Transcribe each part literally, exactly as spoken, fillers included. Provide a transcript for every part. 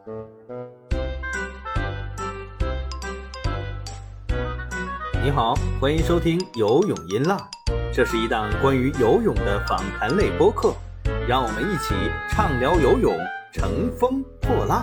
你好，欢迎收听游泳音浪，这是一档关于游泳的访谈类播客，让我们一起畅聊游泳，乘风破浪。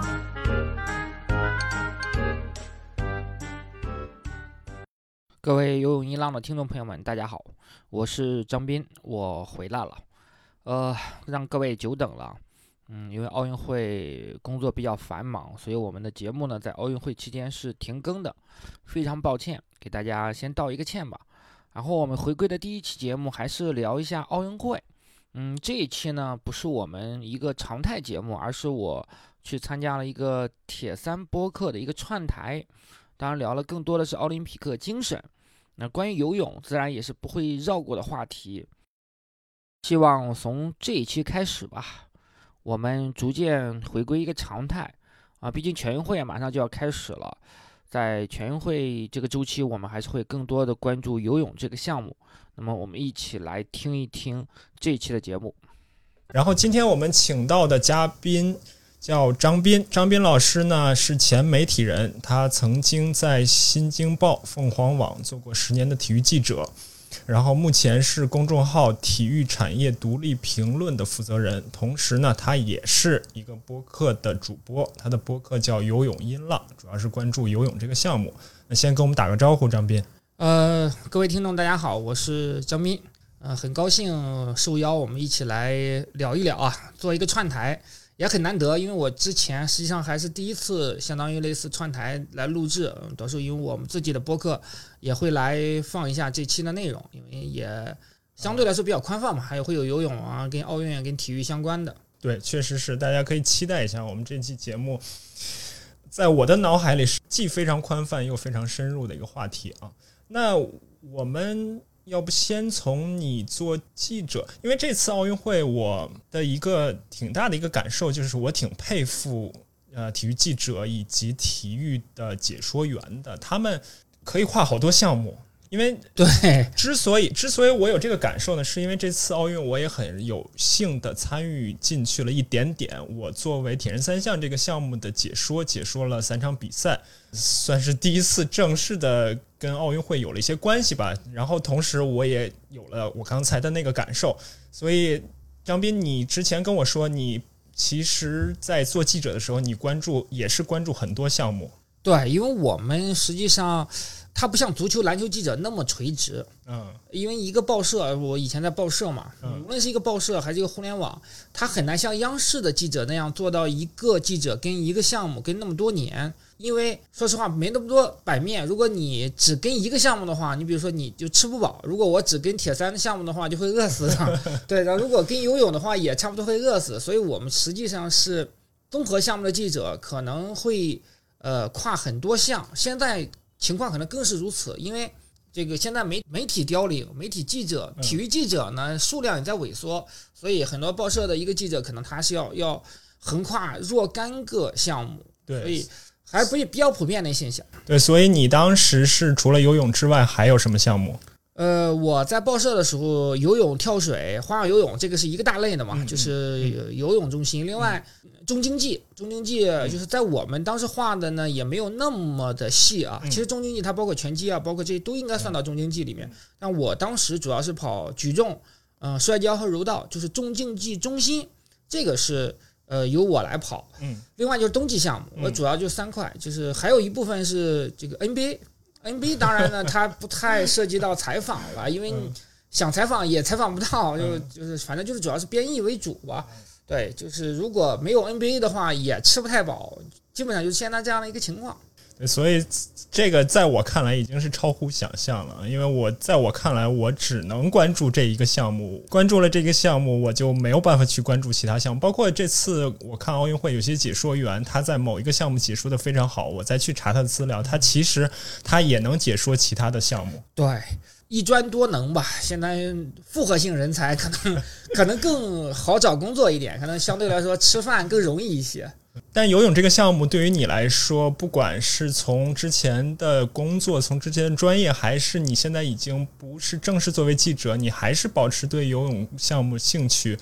各位游泳音浪的听众朋友们，大家好，我是张斌，我回来了，呃，让各位久等了。嗯，因为奥运会工作比较繁忙，所以我们的节目呢在奥运会期间是停更的，非常抱歉，给大家先道一个歉吧。然后我们回归的第一期节目还是聊一下奥运会。嗯，这一期呢不是我们一个常态节目，而是我去参加了一个铁三播客的一个串台，当然聊了更多的是奥林匹克精神。那关于游泳，自然也是不会绕过的话题。希望从这一期开始吧，我们逐渐回归一个常态啊，毕竟全运会马上就要开始了，在全运会这个周期，我们还是会更多的关注游泳这个项目。那么我们一起来听一听这一期的节目。 然后今天我们请到的嘉宾叫张斌，张斌老师呢是前媒体人，他曾经在新京报、凤凰网做过十年的体育记者。然后目前是公众号体育产业独立评论的负责人，同时呢他也是一个播客的主播，他的播客叫游泳音浪，主要是关注游泳这个项目。那先跟我们打个招呼，张斌。 呃，各位听众大家好，我是张斌，呃，很高兴受邀我们一起来聊一聊啊，做一个串台。也很难得，因为我之前实际上还是第一次相当于类似串台来录制，到时候因为我们自己的播客也会来放一下这期的内容，因为也相对来说比较宽泛嘛，还有会有游泳啊，跟奥运跟体育相关的。 对，确实是，大家可以期待一下我们这期节目，在我的脑海里是既非常宽泛又非常深入的一个话题啊。那我们要不先从你做记者，因为这次奥运会我的一个挺大的一个感受就是我挺佩服呃体育记者以及体育的解说员的，他们可以跨好多项目。因为对， 之所以之所以我有这个感受呢，是因为这次奥运我也很有幸的参与进去了一点点。我作为铁人三项这个项目的解说，解说了三场比赛，算是第一次正式的跟奥运会有了一些关系吧。然后同时我也有了我刚才的那个感受。所以张斌，你之前跟我说你其实在做记者的时候，你关注也是关注很多项目。 对，因为我们实际上它不像足球篮球记者那么垂直， 嗯， 因为一个报社，我以前在报社嘛， 嗯， 无论是一个报社还是一个互联网，它很难像央视的记者那样做到一个记者跟一个项目跟那么多年，因为说实话没那么多版面，如果你只跟一个项目的话，你比如说你就吃不饱，如果我只跟铁三的项目的话就会饿死的对，然后如果跟游泳的话也差不多会饿死，所以我们实际上是综合项目的记者，可能会呃跨很多项，现在情况可能更是如此，因为这个现在媒媒体凋零，媒体记者、体育记者呢数量也在萎缩，所以很多报社的一个记者可能他是要要横跨若干个项目， 对， 所以还是比较普遍的现象。 对，所以你当时是除了游泳之外还有什么项目？ 呃，我在报社的时候，游泳、跳水、花样游泳，这个是一个大类的嘛，嗯、就是游泳中心。另外，中经济，中经济就是在我们当时画的呢，也没有那么的细啊。其实中经济它包括拳击啊，包括这些都应该算到中经济里面。但我当时主要是跑举重、呃摔跤和柔道，就是中竞技中心，这个是呃由我来跑。嗯。另外就是冬季项目，我主要就三块，就是还有一部分是这个 N B A。N B A 当然呢，它不太涉及到采访了，因为想采访也采访不到，就就是反正就是主要是编译为主吧。对，就是如果没有 N B A 的话，也吃不太饱，基本上就是现在这样的一个情况。 对，所以这个在我看来已经是超乎想象了，因为我在我看来，我只能关注这一个项目，关注了这个项目，我就没有办法去关注其他项目。包括这次我看奥运会，有些解说员他在某一个项目解说的非常好，我再去查他的资料，他其实他也能解说其他的项目。 对，一专多能吧，现在复合性人才可能可能更好找工作一点，可能相对来说吃饭更容易一些。 但游泳这个项目对于你来说，不管是从之前的工作，从之前的专业，还是你现在已经不是正式作为记者，你还是保持对游泳项目兴趣，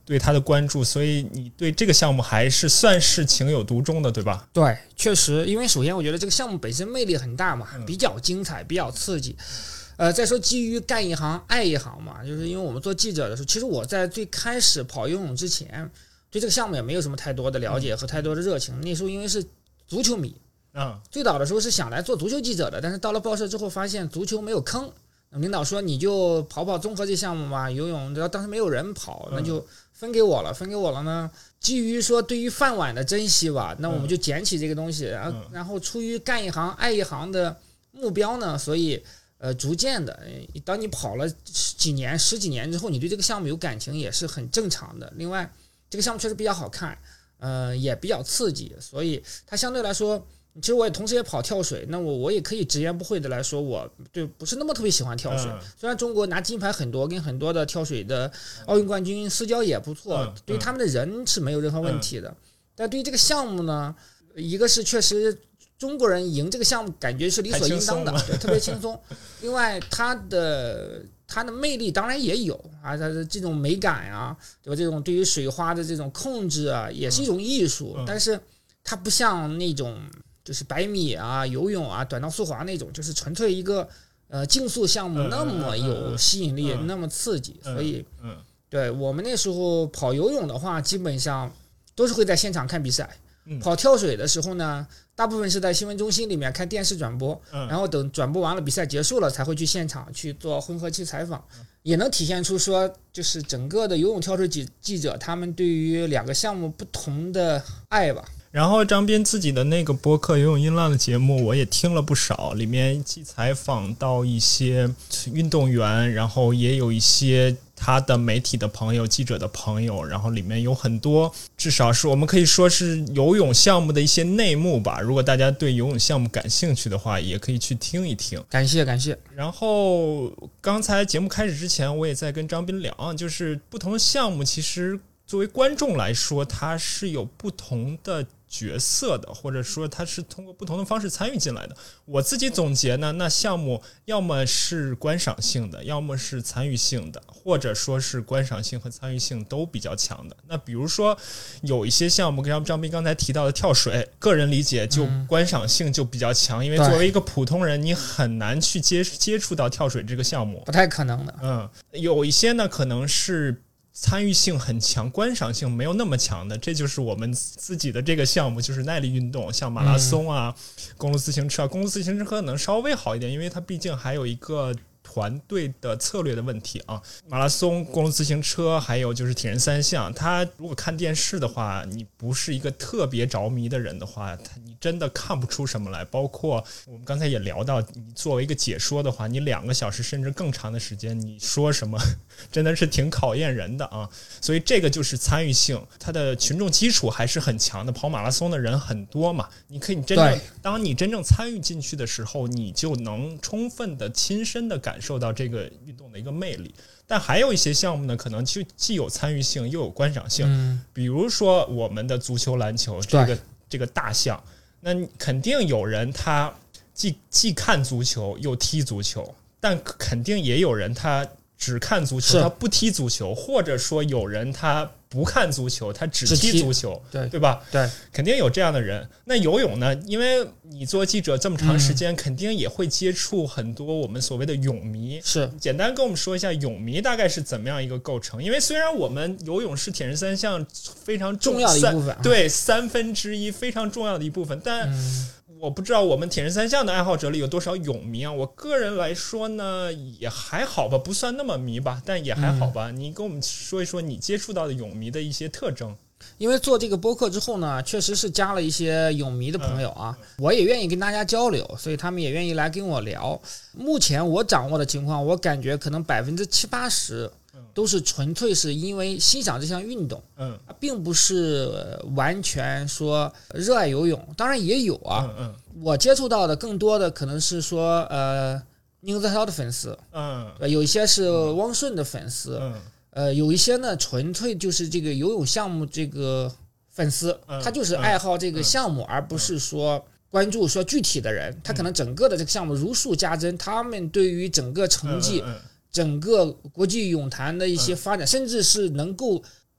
对它的关注，所以你对这个项目还是算是情有独钟的，对吧？ 对，确实，因为首先我觉得这个项目本身魅力很大嘛， 嗯、 比较精彩，比较刺激。呃，再说基于干一行爱一行嘛，就是因为我们做记者的时候，其实我在最开始跑游泳之前，对这个项目也没有什么太多的了解和太多的热情。那时候因为是足球迷， 嗯， 最早的时候是想来做足球记者的，但是到了报社之后发现足球没有坑，领导说你就跑跑综合这项目吧，游泳当时没有人跑，那就分给我了。分给我了呢，基于说对于饭碗的珍惜吧，那我们就捡起这个东西，然后然后出于干一行爱一行的目标呢，所以。呃，逐渐的，当你跑了几年、十几年之后，你对这个项目有感情也是很正常的。另外，这个项目确实比较好看，呃，也比较刺激，所以它相对来说，其实我也同时也跑跳水，那我我也可以直言不讳的来说，我对不是那么特别喜欢跳水。虽然中国拿金牌很多，跟很多的跳水的奥运冠军私交也不错，对于他们的人是没有任何问题的。但对于这个项目呢，一个是确实。中国人赢这个项目感觉是理所应当的，对，特别轻松。另外，它的它的魅力当然也有啊，它的这种美感啊，对吧？这种对于水花的这种控制啊，也是一种艺术。嗯、但是它不像那种就是百米啊、游泳啊、短道速滑那种，就是纯粹一个呃竞速项目那么有吸引力、嗯、那么刺激。所以， 嗯， 对我们那时候跑游泳的话，基本上都是会在现场看比赛。 嗯、 跑跳水的时候呢，大部分是在新闻中心里面看电视转播， 嗯、 然后等转播完了比赛结束了才会去现场去做混合期采访，嗯、也能体现出说就是整个的游泳跳水记记者他们对于两个项目不同的爱吧。 然后张斌自己的那个播客游泳音浪的节目我也听了不少，里面既采访到一些运动员，然后也有一些他的媒体的朋友、记者的朋友，然后里面有很多至少是我们可以说是游泳项目的一些内幕吧，如果大家对游泳项目感兴趣的话也可以去听一听。 感谢感谢。 然后刚才节目开始之前我也在跟张斌聊，就是不同的项目其实作为观众来说它是有不同的角色的，或者说它是通过不同的方式参与进来的。我自己总结呢，那项目要么是观赏性的，要么是参与性的，或者说是观赏性和参与性都比较强的。那比如说有一些项目跟张斌刚才提到的跳水，个人理解就观赏性就比较强，因为作为一个普通人你很难去接接触到跳水这个项目， 不太可能的。 嗯，有一些呢可能是参与性很强，观赏性没有那么强的，这就是我们自己的这个项目，就是耐力运动，像马拉松啊、嗯、公路自行车，公路自行车可能稍微好一点，因为它毕竟还有一个团队的策略的问题啊。马拉松、公路自行车还有就是铁人三项，它如果看电视的话，你不是一个特别着迷的人的话，你真的看不出什么来。包括我们刚才也聊到，你作为一个解说的话，你两个小时甚至更长的时间，你说什么真的是挺考验人的啊。所以这个就是参与性，它的群众基础还是很强的，跑马拉松的人很多嘛，你可以真正当你真正参与进去的时候，你就能充分的亲身的感受到这个运动的一个魅力。但还有一些项目呢，可能就既有参与性又有观赏性、嗯、比如说我们的足球篮球这个这个大项，那肯定有人他既既看足球又踢足球，但肯定也有人他只看足球他不踢足球，或者说有人他不看足球他只踢足球， 对对吧？ 对， 肯定有这样的人。那游泳呢，因为你做记者这么长时间、嗯、肯定也会接触很多我们所谓的泳迷， 是简单跟我们说一下泳迷大概是怎么样一个构成。因为虽然我们游泳是铁人三项非常 重, 重要的一部分， 对，三分之一非常重要的一部分，但、嗯我不知道我们铁人三项的爱好者里有多少泳迷啊？我个人来说呢，也还好吧，不算那么迷吧，但也还好吧。嗯、你跟我们说一说你接触到的泳迷的一些特征。 因为做这个播客之后呢，确实是加了一些泳迷的朋友啊，嗯、我也愿意跟大家交流，所以他们也愿意来跟我聊。目前我掌握的情况，我感觉可能百分之七八十。都是纯粹是因为欣赏这项运动， 嗯， 并不是完全说热爱游泳，当然也有啊。 嗯嗯， 我接触到的更多的可能是说，呃，宁泽涛的粉丝， 嗯， 有一些是汪顺的粉丝， 嗯， 呃，有一些呢纯粹就是这个游泳项目这个粉丝， 嗯、 他就是爱好这个项目，嗯、而不是说关注说具体的人，他可能整个的这个项目如数家珍，他们对于整个成绩。 嗯嗯嗯整个国际泳坛的一些发展、嗯、甚至是能够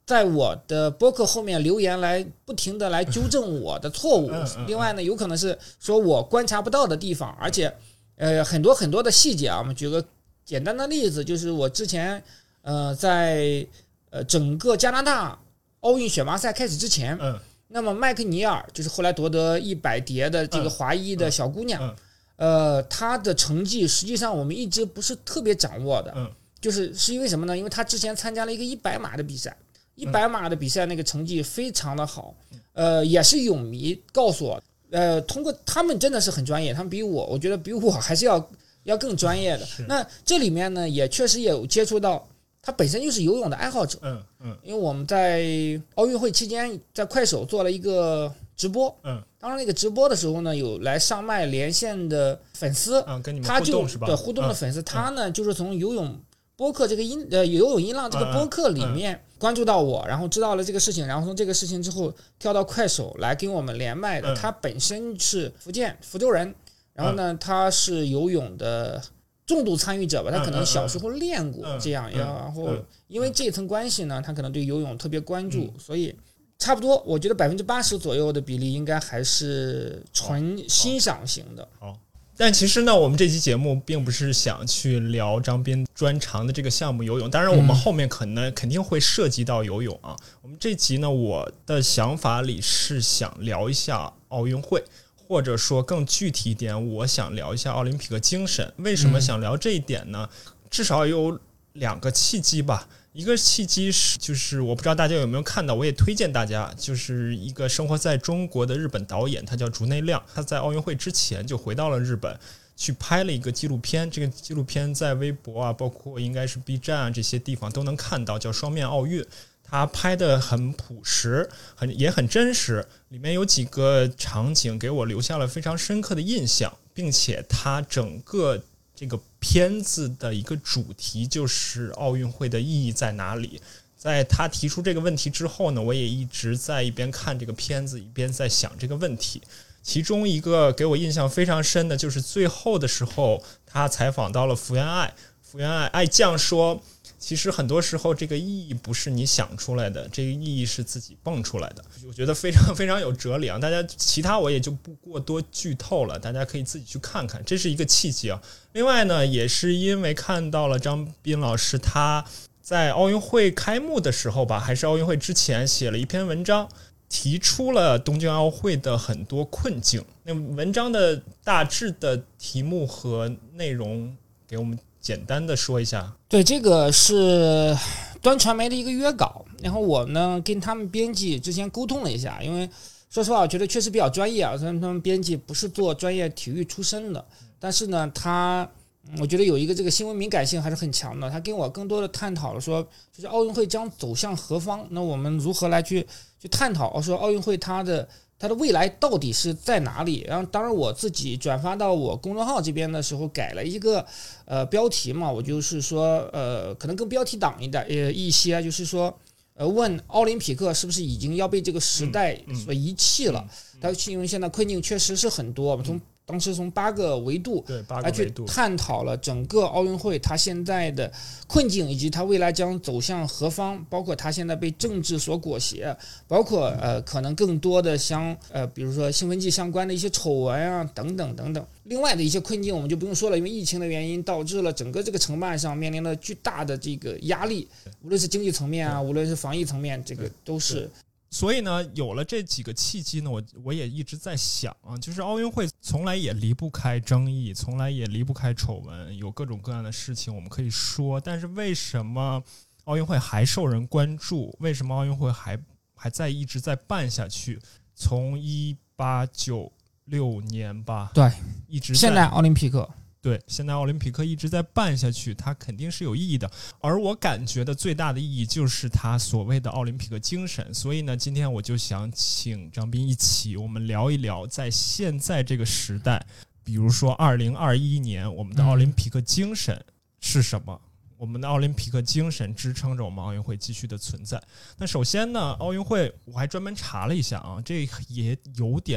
在我的播客后面留言来不停的来纠正我的错误。另外呢，有可能是说我观察不到的地方，而且呃很多很多的细节啊。我们举个简单的例子，就是我之前呃在呃整个加拿大奥运选拔赛开始之前， 嗯， 那么麦克尼尔就是后来夺得一百蝶的这个华裔的小姑娘， 嗯呃，她的成绩实际上我们一直不是特别掌握的， 嗯， 就是是因为什么呢？因为她之前参加了一个一百码的比赛。一百码的比赛那个成绩非常的好，呃，也是泳迷告诉我，呃，通过他们真的是很专业，他们比我，我觉得比我还是要要更专业的。那这里面呢，也确实也有接触到，他本身就是游泳的爱好者， 嗯嗯， 因为我们在奥运会期间在快手做了一个直播， 嗯， 当然那个直播的时候呢，有来上麦连线的粉丝， 嗯，跟你们他就互动是吧？ 对互动的粉丝， 嗯、 他呢就是从游泳播客这个音呃游泳音浪这个播客里面关注到我，然后知道了这个事情，然后从这个事情之后跳到快手来跟我们连麦的。他本身是福建福州人，然后呢他是游泳的重度参与者吧，他可能小时候练过这样，然后因为这层关系呢，他可能对游泳特别关注，所以差不多我觉得百分之八十左右的比例应该还是纯欣赏型的。 好。但其实呢，我们这期节目并不是想去聊张斌专长的这个项目游泳，当然我们后面可能肯定会涉及到游泳啊。我们这集呢，我的想法里是想聊一下奥运会，或者说更具体一点，我想聊一下奥林匹克精神。为什么想聊这一点呢？至少有两个契机吧。一个契机是，就是我不知道大家有没有看到，我也推荐大家，就是一个生活在中国的日本导演，他叫竹内亮，他在奥运会之前就回到了日本，去拍了一个纪录片。这个纪录片在微博啊，包括应该是 B 站啊这些地方都能看到，叫《双面奥运》。他拍的很朴实，很也很真实，里面有几个场景给我留下了非常深刻的印象，并且他整个这个片子的一个主题就是奥运会的意义在哪里。在他提出这个问题之后呢，我也一直在一边看这个片子一边在想这个问题。其中一个给我印象非常深的就是最后的时候，他采访到了福原爱，福原爱爱将说，其实很多时候这个意义不是你想出来的，这个意义是自己蹦出来的。我觉得非常非常有哲理啊！大家其他我也就不过多剧透了，大家可以自己去看看，这是一个契机啊。另外呢，也是因为看到了张斌老师他在奥运会开幕的时候吧，还是奥运会之前写了一篇文章，提出了东京奥会的很多困境。那文章的大致的题目和内容给我们简单的说一下。 对，这个是端传媒的一个约稿，然后我呢跟他们编辑之前沟通了一下，因为说实话我觉得确实比较专业啊，他们编辑不是做专业体育出身的，但是呢他我觉得有一个这个新闻敏感性还是很强的，他跟我更多的探讨了说，就是奥运会将走向何方，那我们如何来去去探讨说奥运会它的它的未来到底是在哪里。然后当然我自己转发到我公众号这边的时候改了一个呃标题嘛，我就是说呃可能更标题党一点呃一些，就是说呃问奥林匹克是不是已经要被这个时代所遗弃了。但是因为现在困境确实是很多，我们从当时从八个维度来去探讨了整个奥运会它现在的困境，以及它未来将走向何方，包括它现在被政治所裹挟，包括呃可能更多的像呃比如说兴奋剂相关的一些丑闻啊等等等等。另外的一些困境我们就不用说了，因为疫情的原因导致了整个这个承办上面临了巨大的这个压力，无论是经济层面啊，无论是防疫层面，这个都是。 所以呢，有了这几个契机呢，我我也一直在想啊，就是奥运会从来也离不开争议，从来也离不开丑闻，有各种各样的事情我们可以说，但是为什么奥运会还受人关注？为什么奥运会还还在一直在办下去？从一八九六年吧， 对， 一直在现代奥林匹克。 对，现在奥林匹克一直在办下去，它肯定是有意义的。而我感觉的最大的意义就是它所谓的奥林匹克精神。所以呢，今天我就想请张斌一起，我们聊一聊在现在这个时代，比如说二零二一年，我们的奥林匹克精神是什么？我们的奥林匹克精神支撑着我们奥运会继续的存在。那首先呢，奥运会我还专门查了一下啊，这也有点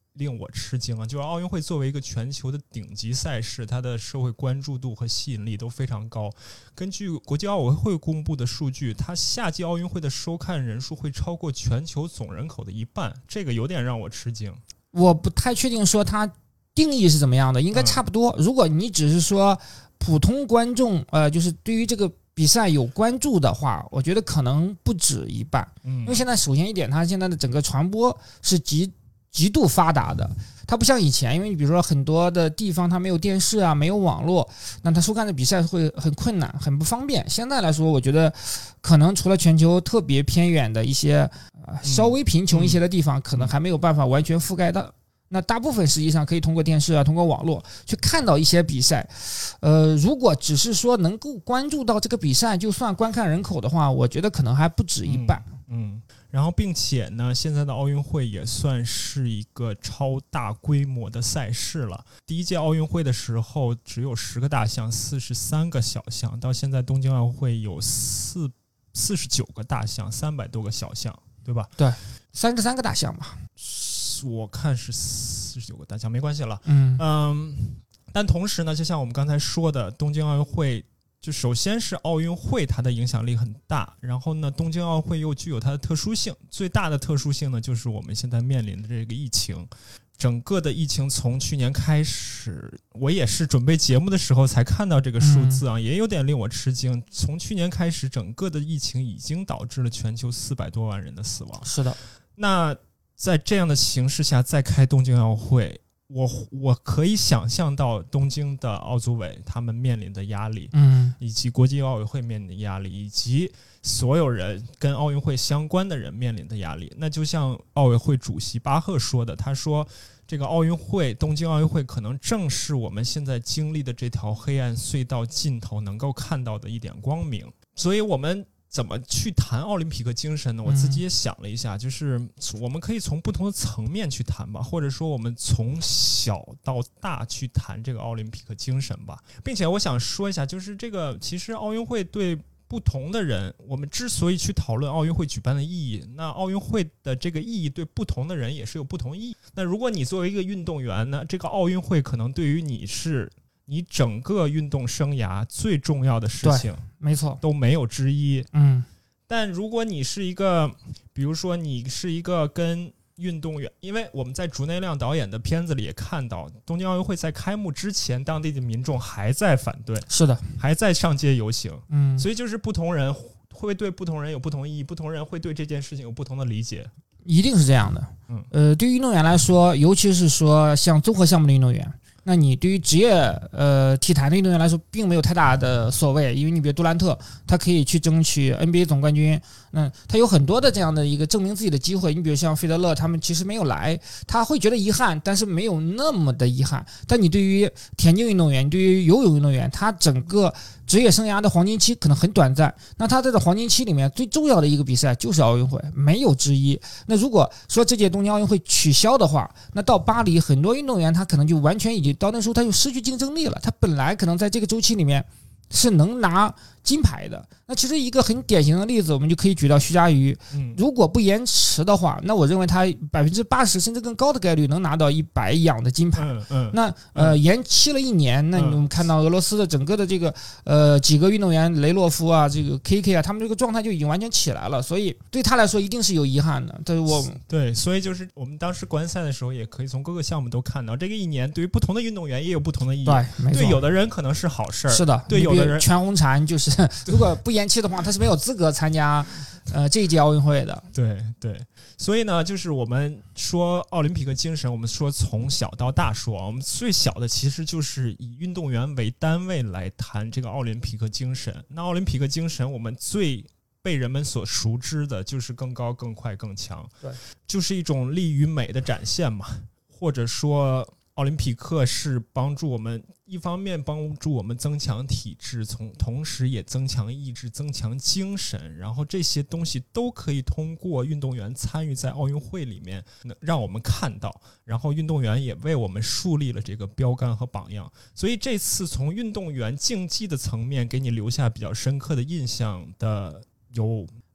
令我吃惊啊！就是奥运会作为一个全球的顶级赛事，它的社会关注度和吸引力都非常高。根据国际奥委会公布的数据，它夏季奥运会的收看人数会超过全球总人口的一半，这个有点让我吃惊。 我不太确定说它定义是怎么样的，应该差不多。嗯、如果你只是说普通观众，呃，就是对于这个比赛有关注的话，我觉得可能不止一半。嗯，因为现在首先一点，它现在的整个传播是极极度发达的，它不像以前，因为你比如说很多的地方它没有电视啊，没有网络，那它收看的比赛会很困难，很不方便。现在来说，我觉得可能除了全球特别偏远的一些、呃、稍微贫穷一些的地方，可能还没有办法完全覆盖到。那大部分实际上可以通过电视啊，通过网络去看到一些比赛。呃，如果只是说能够关注到这个比赛，就算观看人口的话，我觉得可能还不止一半。 嗯。嗯，然后并且呢，现在的奥运会也算是一个超大规模的赛事了。第一届奥运会的时候只有十个大项，四十三个小项，到现在东京奥运会有四四十九个大项，三百多个小项，对吧？ 对，三十三个大项吧。 我看是四十九个大项，没关系了。 嗯嗯，但同时呢，就像我们刚才说的，东京奥运会就首先是奥运会它的影响力很大，然后呢，东京奥运会又具有它的特殊性。最大的特殊性呢，就是我们现在面临的这个疫情。整个的疫情从去年开始，我也是准备节目的时候才看到这个数字啊，嗯、也有点令我吃惊。从去年开始，整个的疫情已经导致了全球四百多万人的死亡。 是的， 那在这样的形势下再开东京奥运会，我我可以想象到东京的奥组委他们面临的压力， 嗯， 以及国际奥委会面临的压力，以及所有人跟奥运会相关的人面临的压力。那就像奥委会主席巴赫说的，他说这个奥运会，东京奥运会可能正是我们现在经历的这条黑暗隧道尽头能够看到的一点光明。所以我们怎么去谈奥林匹克精神呢？我自己也想了一下，就是我们可以从不同的层面去谈吧，或者说我们从小到大去谈这个奥林匹克精神吧。并且我想说一下，就是这个其实奥运会对不同的人，我们之所以去讨论奥运会举办的意义，那奥运会的这个意义对不同的人也是有不同意义。那如果你作为一个运动员呢，这个奥运会可能对于你是你整个运动生涯最重要的事情， 没错， 都没有之一。 嗯， 但如果你是一个，比如说你是一个跟运动员，因为我们在竹内亮导演的片子里也看到，东京奥运会在开幕之前，当地的民众还在反对， 是的， 还在上街游行。 嗯， 所以就是不同人会对不同人有不同意义，不同人会对这件事情有不同的理解， 一定是这样的。嗯，呃，对于运动员来说，尤其是说像综合项目的运动员。那你对于职业呃体坛的运动员来说，并没有太大的所谓，因为你比如杜兰特，他可以去争取 N B A 总冠军，那他有很多的这样的一个证明自己的机会。你比如像费德勒，他们其实没有来，他会觉得遗憾，但是没有那么的遗憾。但你对于田径运动员，对于游泳运动员，他整个职业生涯的黄金期可能很短暂，那他在这黄金期里面最重要的一个比赛就是奥运会，没有之一。那如果说这届东京奥运会取消的话，那到巴黎很多运动员他可能就完全已经到那时候他就失去竞争力了，他本来可能在这个周期里面是能拿金牌的。那其实一个很典型的例子，我们就可以举到徐嘉余，如果不延迟的话，那我认为他百分之八十甚至更高的概率能拿到一百仰的金牌。 嗯嗯、 那呃延期了一年，那我们看到俄罗斯的整个的这个呃几个运动员，雷洛夫啊，这个 K K 啊，他们这个状态就已经完全起来了，所以对他来说一定是有遗憾的。但是我对，所以就是我们当时观赛的时候，也可以从各个项目都看到，这个一年对于不同的运动员也有不同的意义。 对，没错， 对有的人可能是好事儿， 是的， 对有的人全红婵就是如果不延期的话，他是没有资格参加呃这一届奥运会的。 对对，所以呢，就是我们说奥林匹克精神，我们说从小到大说，我们最小的其实就是以运动员为单位来谈这个奥林匹克精神。那奥林匹克精神，我们最被人们所熟知的就是更高、更快、更强， 对， 就是一种力与美的展现嘛，或者说。奥林匹克是帮助我们，一方面帮助我们增强体质，从同时也增强意志、增强精神，然后这些东西都可以通过运动员参与在奥运会里面，让我们看到，然后运动员也为我们树立了这个标杆和榜样。所以这次从运动员竞技的层面给你留下比较深刻的印象的有。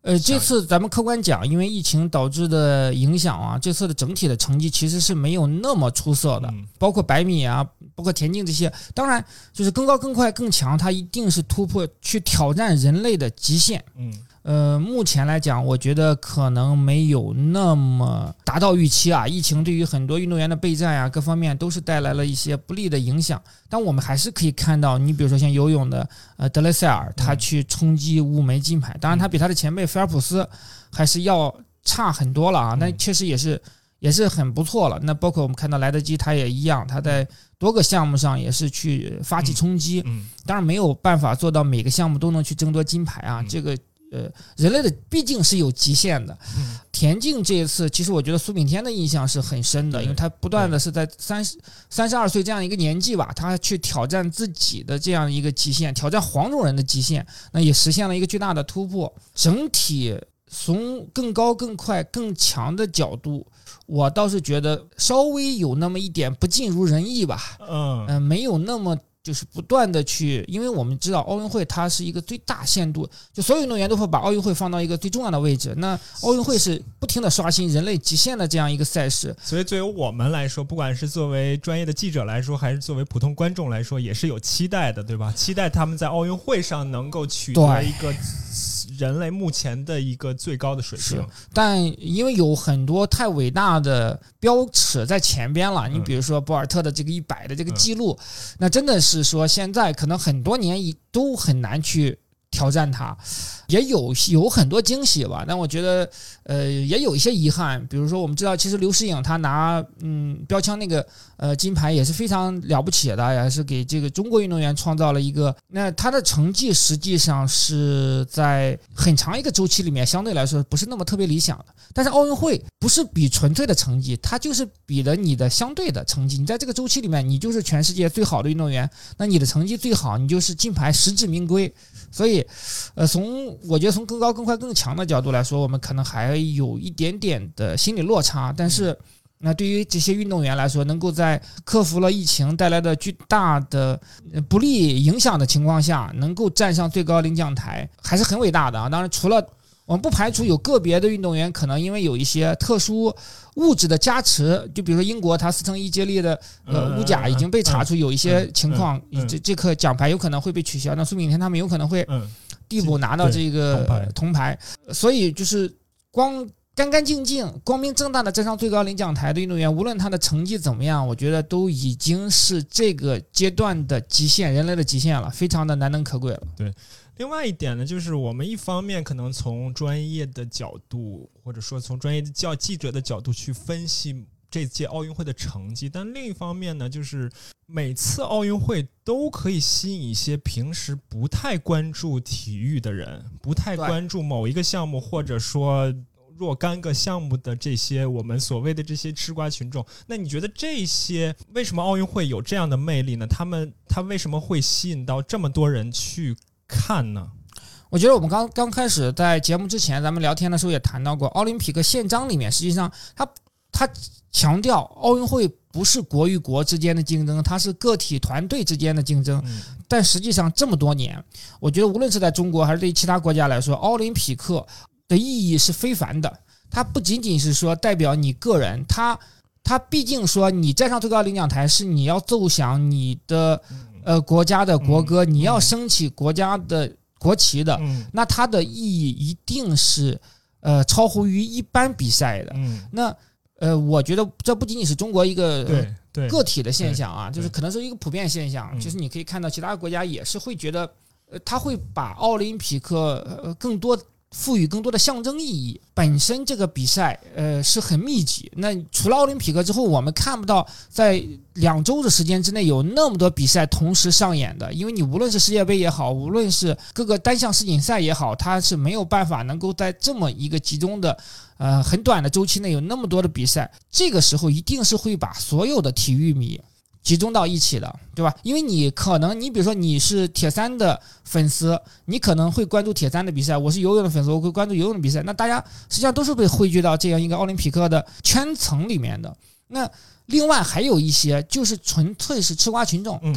呃，这次咱们客观讲，因为疫情导致的影响啊，这次的整体的成绩其实是没有那么出色的， 嗯、 包括百米啊，包括田径这些。当然，就是更高、更快、更强，它一定是突破去挑战人类的极限。 嗯。 呃，目前来讲，我觉得可能没有那么达到预期啊。疫情对于很多运动员的备战呀、啊，各方面都是带来了一些不利的影响。但我们还是可以看到，你比如说像游泳的呃德雷塞尔，他去冲击五枚金牌，当然他比他的前辈菲尔普斯还是要差很多了啊，但确实也是也是很不错了。那包括我们看到莱德基，他也一样，他在多个项目上也是去发起冲击。当然没有办法做到每个项目都能去争夺金牌啊，这个。呃，人类的毕竟是有极限的。 嗯、 田径这一次，其实我觉得苏炳添的印象是很深的，因为他不断的是在三十三十二岁这样一个年纪吧，他去挑战自己的这样一个极限，挑战黄种人的极限，那也实现了一个巨大的突破。整体从更高、更快、更强的角度，我倒是觉得稍微有那么一点不尽如人意吧。 嗯、 呃，没有那么。就是不断的去，因为我们知道奥运会它是一个最大限度，就所有运动员都会把奥运会放到一个最重要的位置。那奥运会是不停的刷新人类极限的这样一个赛事， 所以对于我们来说，不管是作为专业的记者来说，还是作为普通观众来说，也是有期待的，对吧？期待他们在奥运会上能够取得一个人类目前的一个最高的水平。 但因为有很多太伟大的标尺在前边了，你比如说博尔特的这个一百的这个记录，嗯、那真的是说现在可能很多年都很难去挑战它，也有有很多惊喜吧，但我觉得呃也有一些遗憾，比如说我们知道其实刘诗颖她拿嗯标枪那个呃金牌也是非常了不起的，也是给这个中国运动员创造了一个，那她的成绩实际上是在很长一个周期里面相对来说不是那么特别理想的，但是奥运会不是比纯粹的成绩，它就是比的你的相对的成绩，你在这个周期里面你就是全世界最好的运动员，那你的成绩最好，你就是金牌实至名归。所以呃，从我觉得从更高更快更强的角度来说，我们可能还有一点点的心理落差，但是那对于这些运动员来说，能够在克服了疫情带来的巨大的不利影响的情况下，能够站上最高领奖台，还是很伟大的啊。当然除了我们不排除有个别的运动员可能因为有一些特殊物质的加持，就比如说英国他四乘一接力的呃乌甲已经被查出有一些情况，这这颗奖牌有可能会被取消，那苏炳添他们有可能会递补拿到这个铜牌，所以就是光干干净净光明正大的站上最高领奖台的运动员，无论他的成绩怎么样，我觉得都已经是这个阶段的极限，人类的极限了，非常的难能可贵了。 对，另外一点呢，就是我们一方面可能从专业的角度，或者说从专业的教记者的角度去分析这届奥运会的成绩，但另一方面呢，就是每次奥运会都可以吸引一些平时不太关注体育的人，不太关注某一个项目，或者说若干个项目的这些我们所谓的这些吃瓜群众。那你觉得这些为什么奥运会有这样的魅力呢？他们他为什么会吸引到这么多人去看呢？ 我觉得我们刚刚开始在节目之前咱们聊天的时候也谈到过，奥林匹克宪章里面实际上它它强调奥运会不是国与国之间的竞争，它是个体团队之间的竞争、嗯、但实际上这么多年，我觉得无论是在中国还是对于其他国家来说，奥林匹克的意义是非凡的。它不仅仅是说代表你个人，它它毕竟说你站上最高领奖台是你要奏响你的呃国家的国歌、嗯、你要升起国家的国旗的、嗯、那它的意义一定是呃超乎于一般比赛的、嗯、那呃我觉得这不仅仅是中国一个对对个体的现象啊，就是可能是一个普遍现象，就是你可以看到其他国家也是会觉得呃他会把奥林匹克呃更多赋予更多的象征意义。本身这个比赛呃是很密集，那除了奥林匹克之后，我们看不到在两周的时间之内有那么多比赛同时上演的，因为你无论是世界杯也好，无论是各个单项世锦赛也好，它是没有办法能够在这么一个集中的呃很短的周期内有那么多的比赛，这个时候一定是会把所有的体育迷集中到一起的，对吧？因为你可能你比如说你是铁三的粉丝，你可能会关注铁三的比赛，我是游泳的粉丝，我会关注游泳的比赛，那大家实际上都是被汇聚到这样一个奥林匹克的圈层里面的。那另外还有一些就是纯粹是吃瓜群众，他们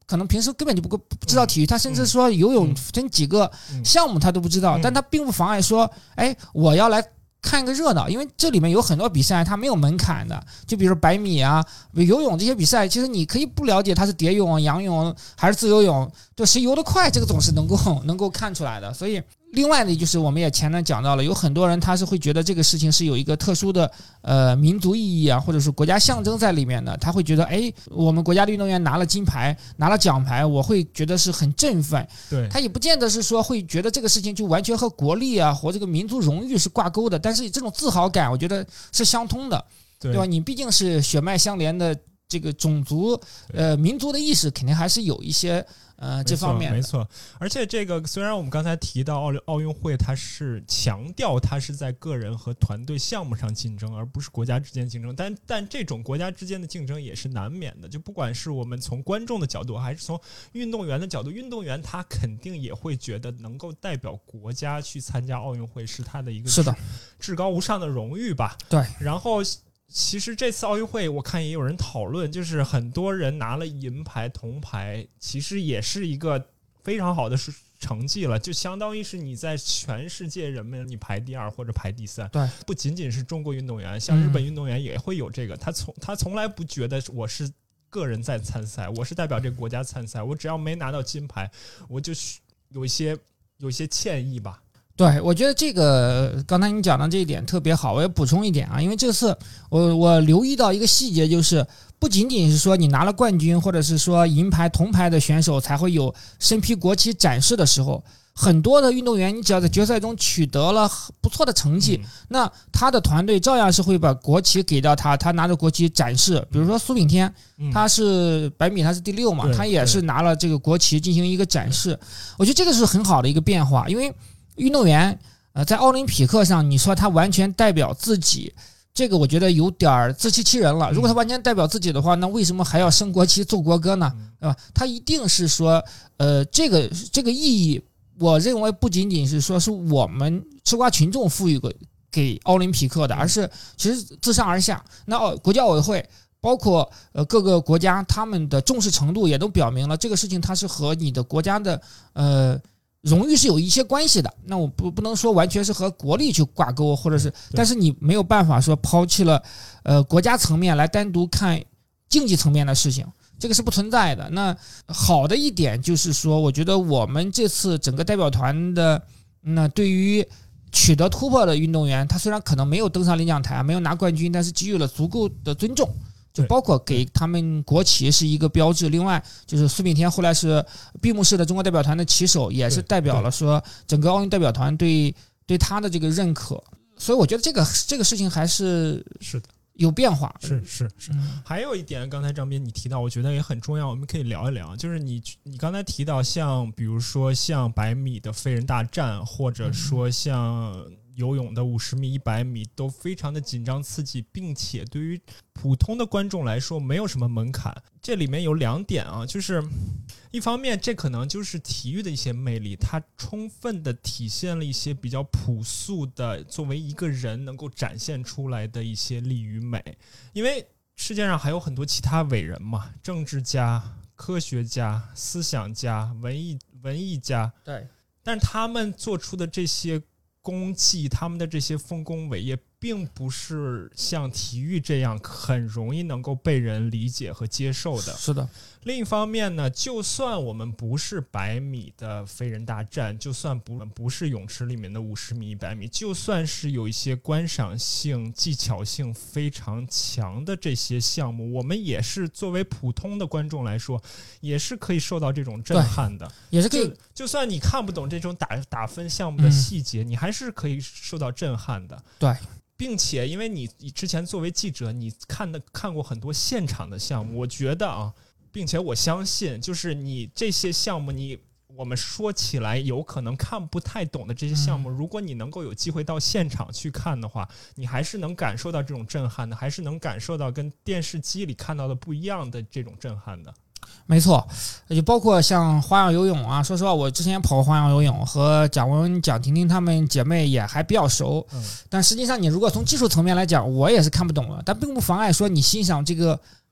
可能平时根本就不不知道体育，他甚至说游泳分几个项目他都不知道，但他并不妨碍说，哎，我要来看个热闹，因为这里面有很多比赛它没有门槛的，就比如百米啊、游泳这些比赛，其实你可以不了解它是蝶泳、仰泳还是自由泳，就谁游得快，这个总是能够能够看出来的。所以另外呢，就是我们也前面讲到了，有很多人他是会觉得这个事情是有一个特殊的呃民族意义啊，或者是国家象征在里面的，他会觉得哎，我们国家的运动员拿了金牌、拿了奖牌，我会觉得是很振奋。 对， 他也不见得是说会觉得这个事情就完全和国力啊或这个民族荣誉是挂钩的，但是这种自豪感，我觉得是相通的，对, 对吧？你毕竟是血脉相连的这个种族呃民族的意识，肯定还是有一些。呃，这方面没错，没错。而且这个虽然我们刚才提到奥奥运会，它是强调它是在个人和团队项目上竞争，而不是国家之间竞争。但但这种国家之间的竞争也是难免的。就不管是我们从观众的角度，还是从运动员的角度，运动员他肯定也会觉得能够代表国家去参加奥运会是他的一个是的至高无上的荣誉吧。 对， 然后。其实这次奥运会我看也有人讨论，就是很多人拿了银牌铜牌，其实也是一个非常好的成绩了，就相当于是你在全世界人们你排第二或者排第三。 对， 不仅仅是中国运动员，像日本运动员也会有这个，他从他从来不觉得我是个人在参赛，我是代表这个国家参赛，我只要没拿到金牌，我就有一些有一些歉意吧。 对，我觉得这个刚才你讲的这一点特别好，我也补充一点啊，因为这次我我留意到一个细节，就是不仅仅是说你拿了冠军或者是说银牌铜牌的选手才会有身披国旗展示的时候，很多的运动员你只要在决赛中取得了不错的成绩、嗯、那他的团队照样是会把国旗给到他，他拿着国旗展示。比如说苏炳添、嗯、他是百米他是第六嘛，他也是拿了这个国旗进行一个展示。我觉得这个是很好的一个变化，因为运动员呃在奥林匹克上你说他完全代表自己，这个我觉得有点自欺欺人了。如果他完全代表自己的话，那为什么还要升国旗奏国歌呢？对吧？他一定是说呃这个这个意义，我认为不仅仅是说是我们吃瓜群众赋予给奥林匹克的，而是其实自上而下，那国际奥委会包括呃各个国家他们的重视程度也都表明了这个事情它是和你的国家的呃荣誉是有一些关系的。那我不不能说完全是和国力去挂钩，或者是，但是你没有办法说抛弃了呃国家层面来单独看竞技层面的事情，这个是不存在的。那好的一点就是说，我觉得我们这次整个代表团的那对于取得突破的运动员，他虽然可能没有登上领奖台，没有拿冠军，但是给予了足够的尊重，就包括给他们国旗是一个标志。另外就是苏炳添后来是闭幕式的中国代表团的旗手，也是代表了说整个奥运代表团对对他的这个认可。所以我觉得这个这个事情还是是的有变化。 是是是、嗯、还有一点刚才张斌你提到我觉得也很重要，我们可以聊一聊，就是你你刚才提到像比如说像百米的飞人大战，或者说像游泳的五十米一百米都非常的紧张刺激，并且对于普通的观众来说没有什么门槛。这里面有两点啊，就是一方面这可能就是体育的一些魅力，它充分的体现了一些比较朴素的作为一个人能够展现出来的一些力与美。因为世界上还有很多其他伟人嘛，政治家、科学家、思想家、文艺文艺家， 对， 但是他们做出的这些功绩，他们的这些丰功伟业并不是像体育这样很容易能够被人理解和接受的。 是的。 另一方面呢，就算我们不是百米的飞人大战，就算不不是泳池里面的五十米一百米，就算是有一些观赏性技巧性非常强的这些项目，我们也是作为普通的观众来说也是可以受到这种震撼的， 也是可以就, 就算你看不懂这种 打, 打分项目的细节、嗯、你还是可以受到震撼的。 对， 并且因为你之前作为记者你看的看过很多现场的项目，我觉得啊，并且我相信就是你这些项目你我们说起来有可能看不太懂的这些项目、嗯、如果你能够有机会到现场去看的话，你还是能感受到这种震撼的，还是能感受到跟电视机里看到的不一样的这种震撼的。 没错，就包括像花样游泳啊，说实话我之前跑过花样游泳，和蒋雯蒋婷婷她们姐妹也还比较熟、嗯、但实际上你如果从技术层面来讲我也是看不懂了，但并不妨碍说你欣赏这个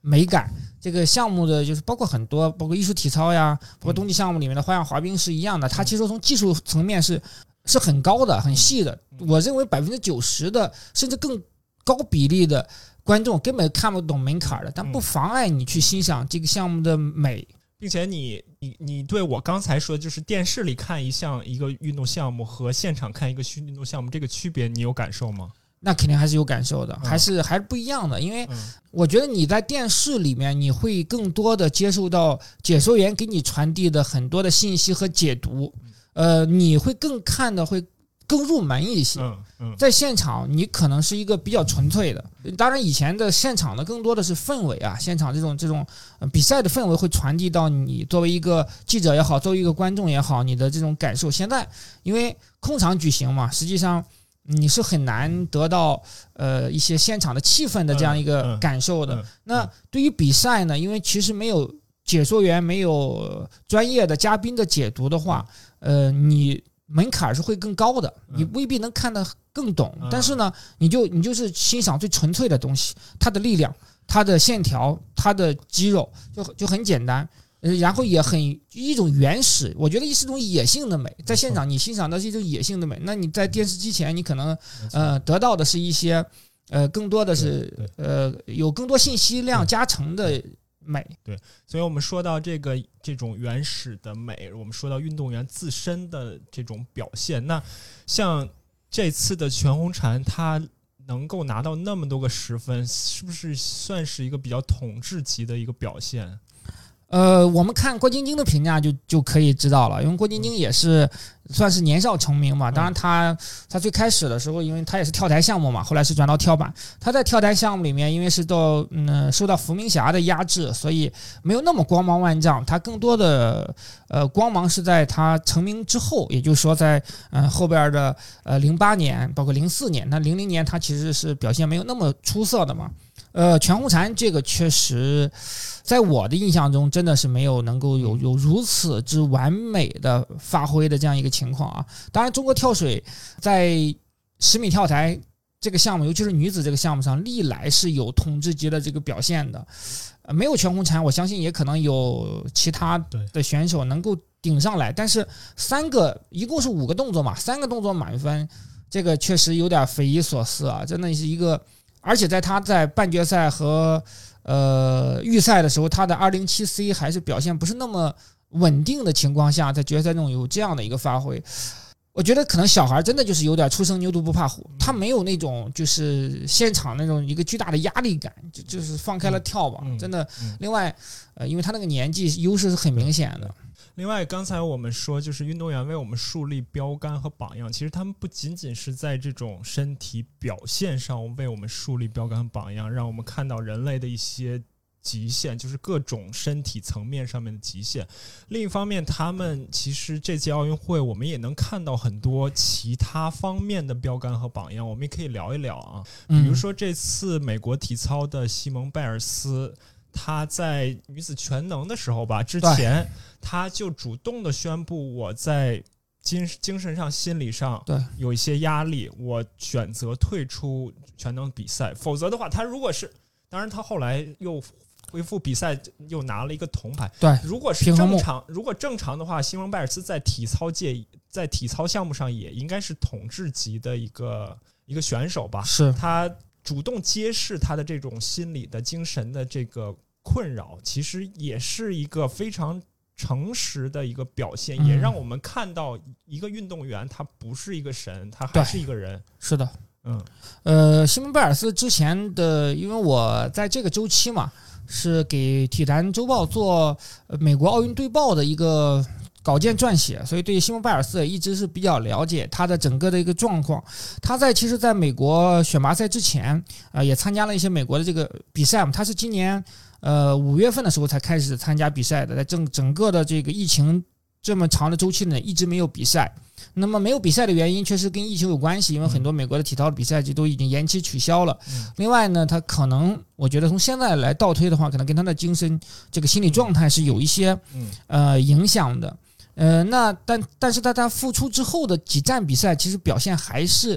美感。这个项目的就是包括很多，包括艺术体操呀，包括冬季项目里面的花样滑冰是一样的，它其实从技术层面是是很高的、很细的。我认为百分之九十的甚至更高比例的观众根本看不懂门槛的，但不妨碍你去欣赏这个项目的美。 并且你你你对我刚才说，就是电视里看一项一个运动项目和现场看一个运动项目这个区别，你有感受吗？ 那肯定还是有感受的，还是还是不一样的。因为我觉得你在电视里面，你会更多的接受到解说员给你传递的很多的信息和解读，呃，你会更看的会更入门一些。在现场，你可能是一个比较纯粹的。当然，以前的现场呢，更多的是氛围啊，现场这种这种比赛的氛围会传递到你作为一个记者也好，作为一个观众也好，你的这种感受。现在因为空场举行嘛，实际上你是很难得到呃一些现场的气氛的这样一个感受的。那对于比赛呢，因为其实没有解说员、没有专业的嘉宾的解读的话，呃，你门槛是会更高的，你未必能看得更懂。但是呢，你就你就是欣赏最纯粹的东西，它的力量、它的线条、它的肌肉，就就很简单。然后也很一种原始，我觉得是一种野性的美，在现场你欣赏的是一种野性的美，那你在电视机前你可能呃得到的是一些呃更多的是呃有更多信息量加成的美。 对，所以我们说到这个这种原始的美，我们说到运动员自身的这种表现，那像这次的全红婵他能够拿到那么多个十分，是不是算是一个比较统治级的一个表现？ 呃，我们看郭晶晶的评价就就可以知道了，因为郭晶晶也是算是年少成名嘛。当然他他最开始的时候，因为他也是跳台项目嘛，后来是转到跳板。他在跳台项目里面，因为是到嗯受到伏明霞的压制，所以没有那么光芒万丈。他更多的呃光芒是在他成名之后，也就是说在呃后边的呃零八年，包括零四年，那零零年他其实是表现没有那么出色的嘛。呃，全红婵这个确实，在我的印象中，真的是没有能够有有如此之完美的发挥的这样一个情况啊。当然，中国跳水在十米跳台这个项目，尤其是女子这个项目上，历来是有统治级的这个表现的。呃，没有全红婵，我相信也可能有其他的选手能够顶上来。但是三个一共是五个动作嘛，三个动作满分，这个确实有点匪夷所思啊，真的是一个。而且在他在半决赛和呃预赛的时候，他的 二零七 C 还是表现不是那么稳定的情况下，在决赛中有这样的一个发挥，我觉得可能小孩真的就是有点初生牛犊不怕虎，他没有那种就是现场那种一个巨大的压力感，就就是放开了跳吧，真的。另外，呃，因为他那个年纪优势是很明显的。 另外，刚才我们说，就是运动员为我们树立标杆和榜样。其实他们不仅仅是在这种身体表现上为我们树立标杆和榜样，让我们看到人类的一些极限，就是各种身体层面上面的极限。另一方面，他们其实这届奥运会，我们也能看到很多其他方面的标杆和榜样，我们也可以聊一聊啊。比如说这次美国体操的西蒙拜尔斯。他在女子全能的时候吧，之前他就主动的宣布，我在精精神上、心理上有一些压力，我选择退出全能比赛。否则的话，他如果是，当然他后来又恢复比赛，又拿了一个铜牌。 对， 如果是正常，如果正常的话，西蒙拜尔斯在体操界，在体操项目上也应该是统治级的一个一个选手吧。 是他主动揭示他的这种心理的、精神的这个困扰，其实也是一个非常诚实的一个表现， 嗯、 也让我们看到一个运动员他不是一个神，他还是一个人。 是的， 嗯， 呃，西蒙拜尔斯之前的，因为我在这个周期嘛，是给体坛周报做美国奥运对报的一个稿件撰写，所以对西蒙拜尔斯也一直是比较了解他的整个的一个状况。他在其实在美国选拔赛之前，呃，也参加了一些美国的这个比赛嘛。他是今年呃五月份的时候才开始参加比赛的，在整整个的这个疫情这么长的周期内一直没有比赛。那么没有比赛的原因确实跟疫情有关系，因为很多美国的体操的比赛就都已经延期取消了。 嗯、 另外呢，他可能我觉得从现在来倒推的话，可能跟他的精神这个心理状态是有一些呃影响的。呃，那但但是在他复出之后的几站比赛，其实表现还是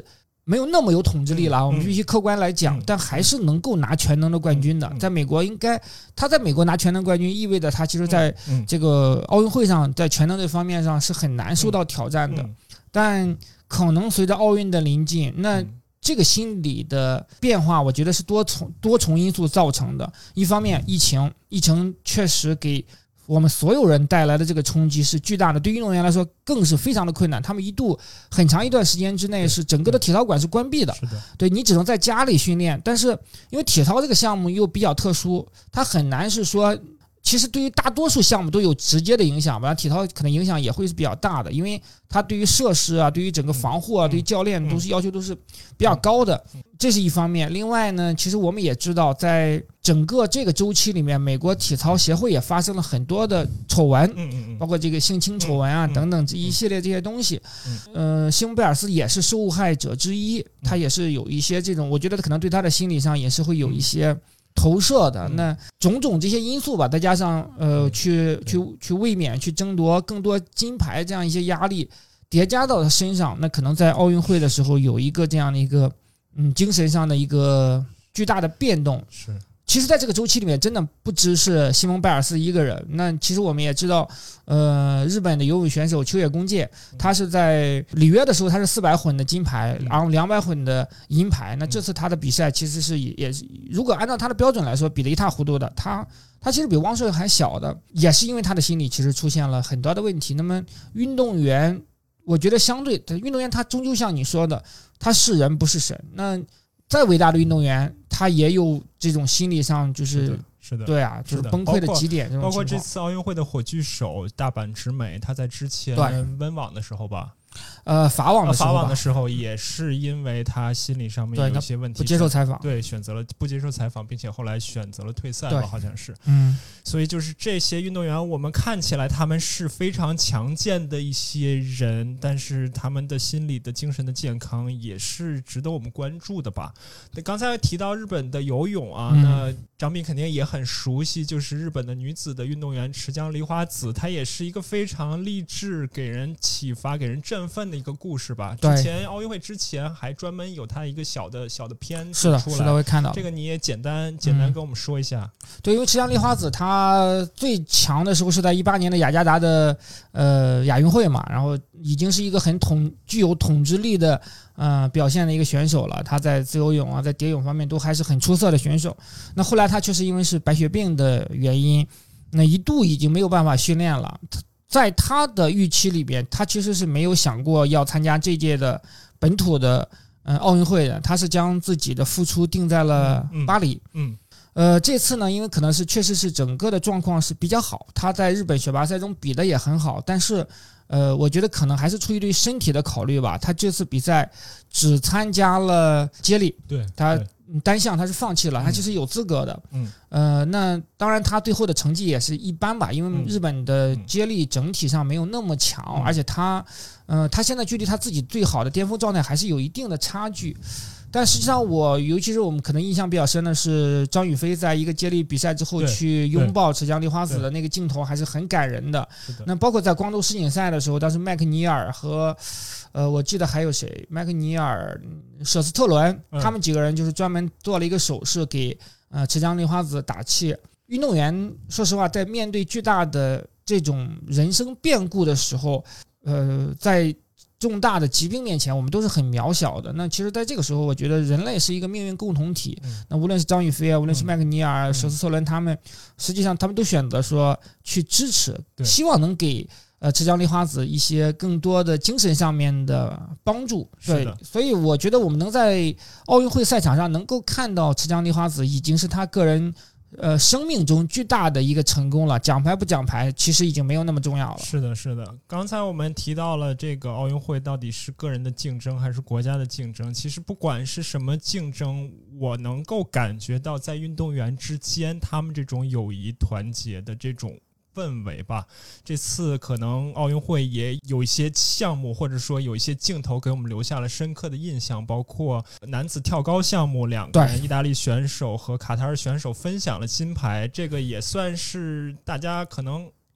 没有那么有统治力了， 嗯、 我们必须客观来讲、嗯，但还是能够拿全能的冠军的。 嗯、 在美国，应该他在美国拿全能冠军，意味着他其实在这个奥运会上，在全能这方面上是很难受到挑战的。 嗯嗯、 但可能随着奥运的临近，那这个心理的变化，我觉得是多重多重因素造成的。一方面，疫情，疫情确实给我们所有人带来的这个冲击是巨大的，对运动员来说更是非常的困难。他们一度很长一段时间之内是整个的体操馆是关闭的， 是的， 对你只能在家里训练。但是因为体操这个项目又比较特殊，它很难是说，其实对于大多数项目都有直接的影响吧，体操可能影响也会是比较大的，因为它对于设施啊，对于整个防护啊，对于教练都是要求都是比较高的，这是一方面。另外呢，其实我们也知道，在整个这个周期里面，美国体操协会也发生了很多的丑闻，包括这个性侵丑闻啊等等这一系列这些东西。呃，西蒙贝尔斯也是受害者之一，他也是有一些这种，我觉得可能对他的心理上也是会有一些投射的。那种种这些因素吧，再加上呃去去去卫冕、去争夺更多金牌这样一些压力叠加到他身上，那可能在奥运会的时候有一个这样的一个嗯精神上的一个巨大的变动。 是。 其实在这个周期里面真的不只是西蒙贝尔斯一个人，那其实我们也知道呃，日本的游泳选手秋野公介，他是在里约的时候他是四百混的金牌，然后两百混的银牌，那这次他的比赛其实是也也如果按照他的标准来说比得一塌糊涂的，他他其实比汪顺还小的，也是因为他的心理其实出现了很多的问题。那么运动员我觉得相对运动员他终究像你说的，他是人不是神，那再伟大的运动员他也有这种心理上就是是的， 对啊，就是崩溃的极点。 包括这次奥运会的火炬手大阪直美，他在之前温网的时候吧， 呃，法网的时候， 法网的时候也是因为他心理上面有一些问题， 不接受采访， 对，选择了不接受采访，并且后来选择了退赛吧，好像是， 嗯， 所以就是这些运动员，我们看起来他们是非常强健的一些人，但是他们的心理的精神的健康也是值得我们关注的吧。那刚才提到日本的游泳啊， 嗯、 那张斌肯定也很熟悉，就是日本的女子的运动员池江梨花子，她也是一个非常励志、给人启发、给人振奋的一个故事吧。之前奥运会之前还专门有她一个小的小的片子出来， 是的，是的，会看到这个，你也简单简单跟我们说一下。 嗯、对，因为池江梨花子她最强的时候是在一八年的雅加达的呃亚运会嘛，然后已经是一个很统具有统治力的呃表现的一个选手了。她在自由泳啊，在蝶泳方面都还是很出色的选手。那后来她确实因为是白血病的原因，那一度已经没有办法训练了。在他的预期里边，他其实是没有想过要参加这届的本土的呃奥运会的，他是将自己的付出定在了巴黎。 嗯，嗯呃，这次呢，因为可能是确实是整个的状况是比较好，他在日本选拔赛中比的也很好，但是呃，我觉得可能还是出于对身体的考虑吧，他这次比赛只参加了接力， 对， 他对单项他是放弃了，他其实有资格的。 嗯， 呃，那当然他最后的成绩也是一般吧，因为日本的接力整体上没有那么强， 嗯、 而且他，呃，他现在距离他自己最好的巅峰状态还是有一定的差距。但实际上我，尤其是我们可能印象比较深的是张雨霏在一个接力比赛之后去拥抱池江梨花子的那个镜头，还是很感人的。那包括在光州世锦赛的时候，当时麦克尼尔和呃，我记得还有谁，麦克尼尔、舍斯特伦，他们几个人就是专门做了一个手势给呃池江梨花子打气。运动员说实话，在面对巨大的这种人生变故的时候，呃，在重大的疾病面前，我们都是很渺小的。那其实在这个时候，我觉得人类是一个命运共同体。 嗯、 那无论是张雨霏啊，无论是麦克尼尔、舍斯特伦，他们实际上他们都选择说去支持，希望能给呃池江梨花子一些更多的精神上面的帮助。对，所以我觉得我们能在奥运会赛场上能够看到池江梨花子，已经是他个人呃，生命中巨大的一个成功了，奖牌不奖牌其实已经没有那么重要了。 是的，是的。刚才我们提到了这个奥运会到底是个人的竞争还是国家的竞争，其实不管是什么竞争，我能够感觉到在运动员之间他们这种友谊团结的这种氛围吧。这次可能奥运会也有一些项目或者说有一些镜头给我们留下了深刻的印象，包括男子跳高项目，两个人意大利选手和卡塔尔选手分享了金牌，这个也算是大家可能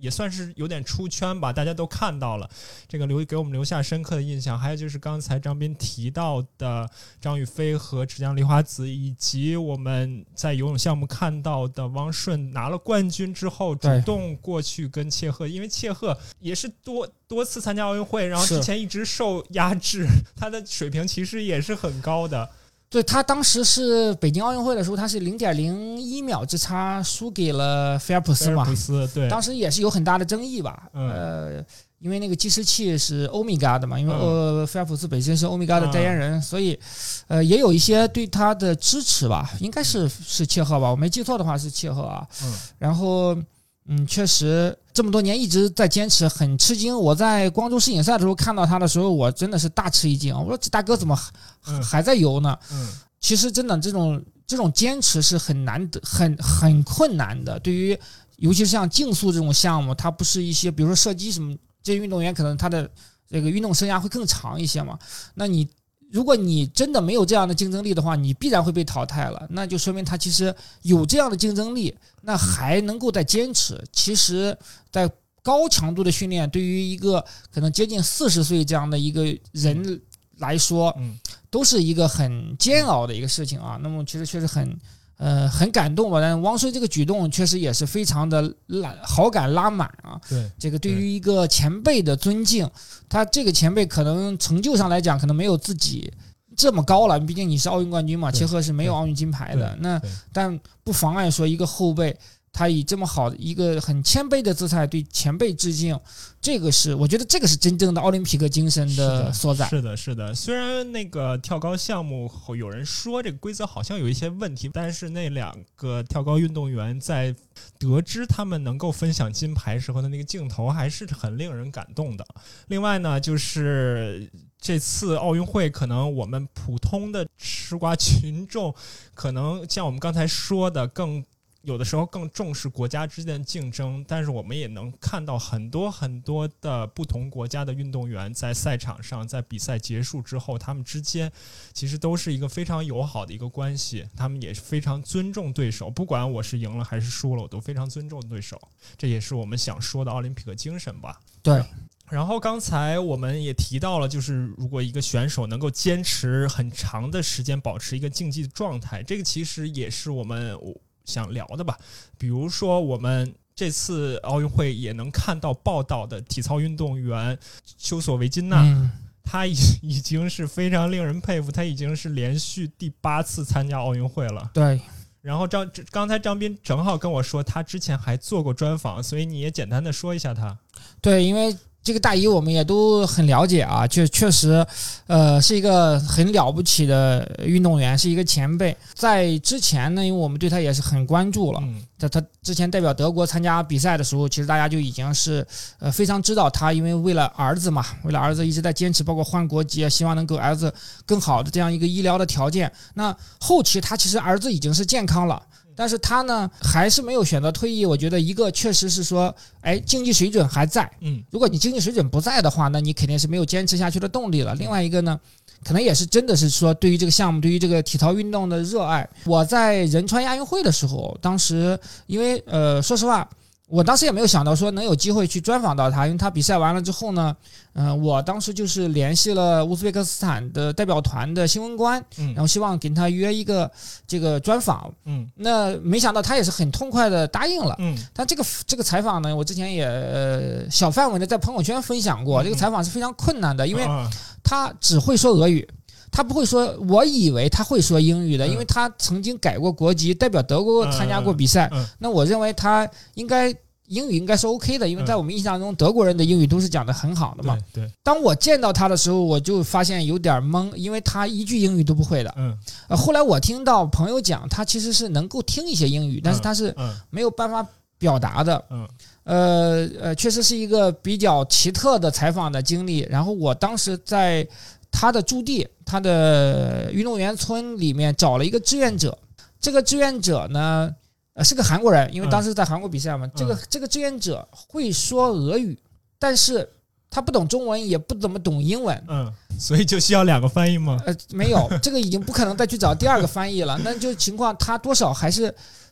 也算是有点出圈吧，大家都看到了，这个留给我们留下深刻的印象。还有就是刚才张斌提到的张雨霏和池江梨花子，以及我们在游泳项目看到的汪顺拿了冠军之后主动过去跟切赫，因为切赫也是多多次参加奥运会，然后之前一直受压制，他的水平其实也是很高的。 对，他当时是北京奥运会的时候，他是零点零一秒之差输给了菲尔普斯嘛， 菲尔普斯对， 当时也是有很大的争议吧，嗯、呃，因为那个计时器是欧米伽的嘛，因为呃菲尔普斯本身是欧米伽的代言人，嗯、所以呃也有一些对他的支持吧，应该是是切赫吧，我没记错的话是切赫啊，嗯，然后。嗯，确实这么多年一直在坚持，很吃惊。我在光州世锦赛的时候看到他的时候，我真的是大吃一惊。我说这大哥怎么还还在游呢？嗯，其实真的这种这种坚持是很难得、很很困难的。对于尤其是像竞速这种项目，它不是一些比如说射击什么这些运动员，可能他的这个运动生涯会更长一些嘛。那你如果你真的没有这样的竞争力的话，你必然会被淘汰了，那就说明他其实有这样的竞争力，那还能够再坚持。其实在高强度的训练，对于一个可能接近四十岁这样的一个人来说，都是一个很煎熬的一个事情啊。那么其实确实很呃，很感动吧，但汪顺这个举动确实也是非常的拉好感拉满啊。 对， 这个对于一个前辈的尊敬，他这个前辈可能成就上来讲，可能没有自己这么高了，毕竟你是奥运冠军嘛，切赫是没有奥运金牌的。那但不妨碍说一个后辈，他以这么好的一个很谦卑的姿态对前辈致敬，这个是我觉得这个是真正的奥林匹克精神的所在。 是的，是的。虽然那个跳高项目有人说这个规则好像有一些问题，但是那两个跳高运动员在得知他们能够分享金牌时候的那个镜头还是很令人感动的。另外呢，就是这次奥运会可能我们普通的吃瓜群众可能像我们刚才说的更有的时候更重视国家之间的竞争，但是我们也能看到很多很多的不同国家的运动员在赛场上，在比赛结束之后，他们之间其实都是一个非常友好的一个关系，他们也是非常尊重对手，不管我是赢了还是输了，我都非常尊重对手，这也是我们想说的奥林匹克精神吧。 对。 然后刚才我们也提到了，就是如果一个选手能够坚持很长的时间保持一个竞技状态，这个其实也是我们想聊的吧。比如说我们这次奥运会也能看到报道的体操运动员修索维金娜、嗯、他已已经是非常令人佩服，他已经是连续第八次参加奥运会了。 对， 然后张刚才张斌正好跟我说他之前还做过专访，所以你也简单的说一下他。 对，因为这个大姨我们也都很了解啊，确确实，呃，是一个很了不起的运动员，是一个前辈。在之前呢，因为我们对他也是很关注了， 嗯、 他他之前代表德国参加比赛的时候，其实大家就已经是呃非常知道他，因为为了儿子嘛，为了儿子一直在坚持，包括换国籍，希望能给儿子更好的这样一个医疗的条件。那后期他其实儿子已经是健康了。但是他呢还是没有选择退役，我觉得一个确实是说，哎，竞技水准还在，嗯，如果你竞技水准不在的话，那你肯定是没有坚持下去的动力了。另外一个呢，可能也是真的是说对于这个项目，对于这个体操运动的热爱。我在仁川亚运会的时候，当时因为呃，说实话。我当时也没有想到说能有机会去专访到他，因为他比赛完了之后呢，嗯、呃，我当时就是联系了乌兹别克斯坦的代表团的新闻官，嗯，然后希望跟他约一个这个专访，嗯，那没想到他也是很痛快的答应了，嗯，但这个这个采访呢，我之前也、呃、小范围的在朋友圈分享过，这个采访是非常困难的，因为他只会说俄语。他不会说，我以为他会说英语的，因为他曾经改过国籍，代表德国参加过比赛。嗯嗯嗯、那我认为他应该英语应该是 OK 的，因为在我们印象中，德国人的英语都是讲得很好的嘛。 对。对当我见到他的时候，我就发现有点懵，因为他一句英语都不会的。嗯。呃，后来我听到朋友讲，他其实是能够听一些英语，但是他是没有办法表达的。嗯。呃呃，确实是一个比较奇特的采访的经历。然后我当时在他的驻地，他的运动员村里面找了一个志愿者。这个志愿者呢，呃，是个韩国人，因为当时在韩国比赛嘛。嗯、这个这个志愿者会说俄语，但是他不懂中文，也不怎么懂英文。 嗯，所以就需要两个翻译吗？ 呃，没有，这个已经不可能再去找第二个翻译了。那就情况，他多少还是。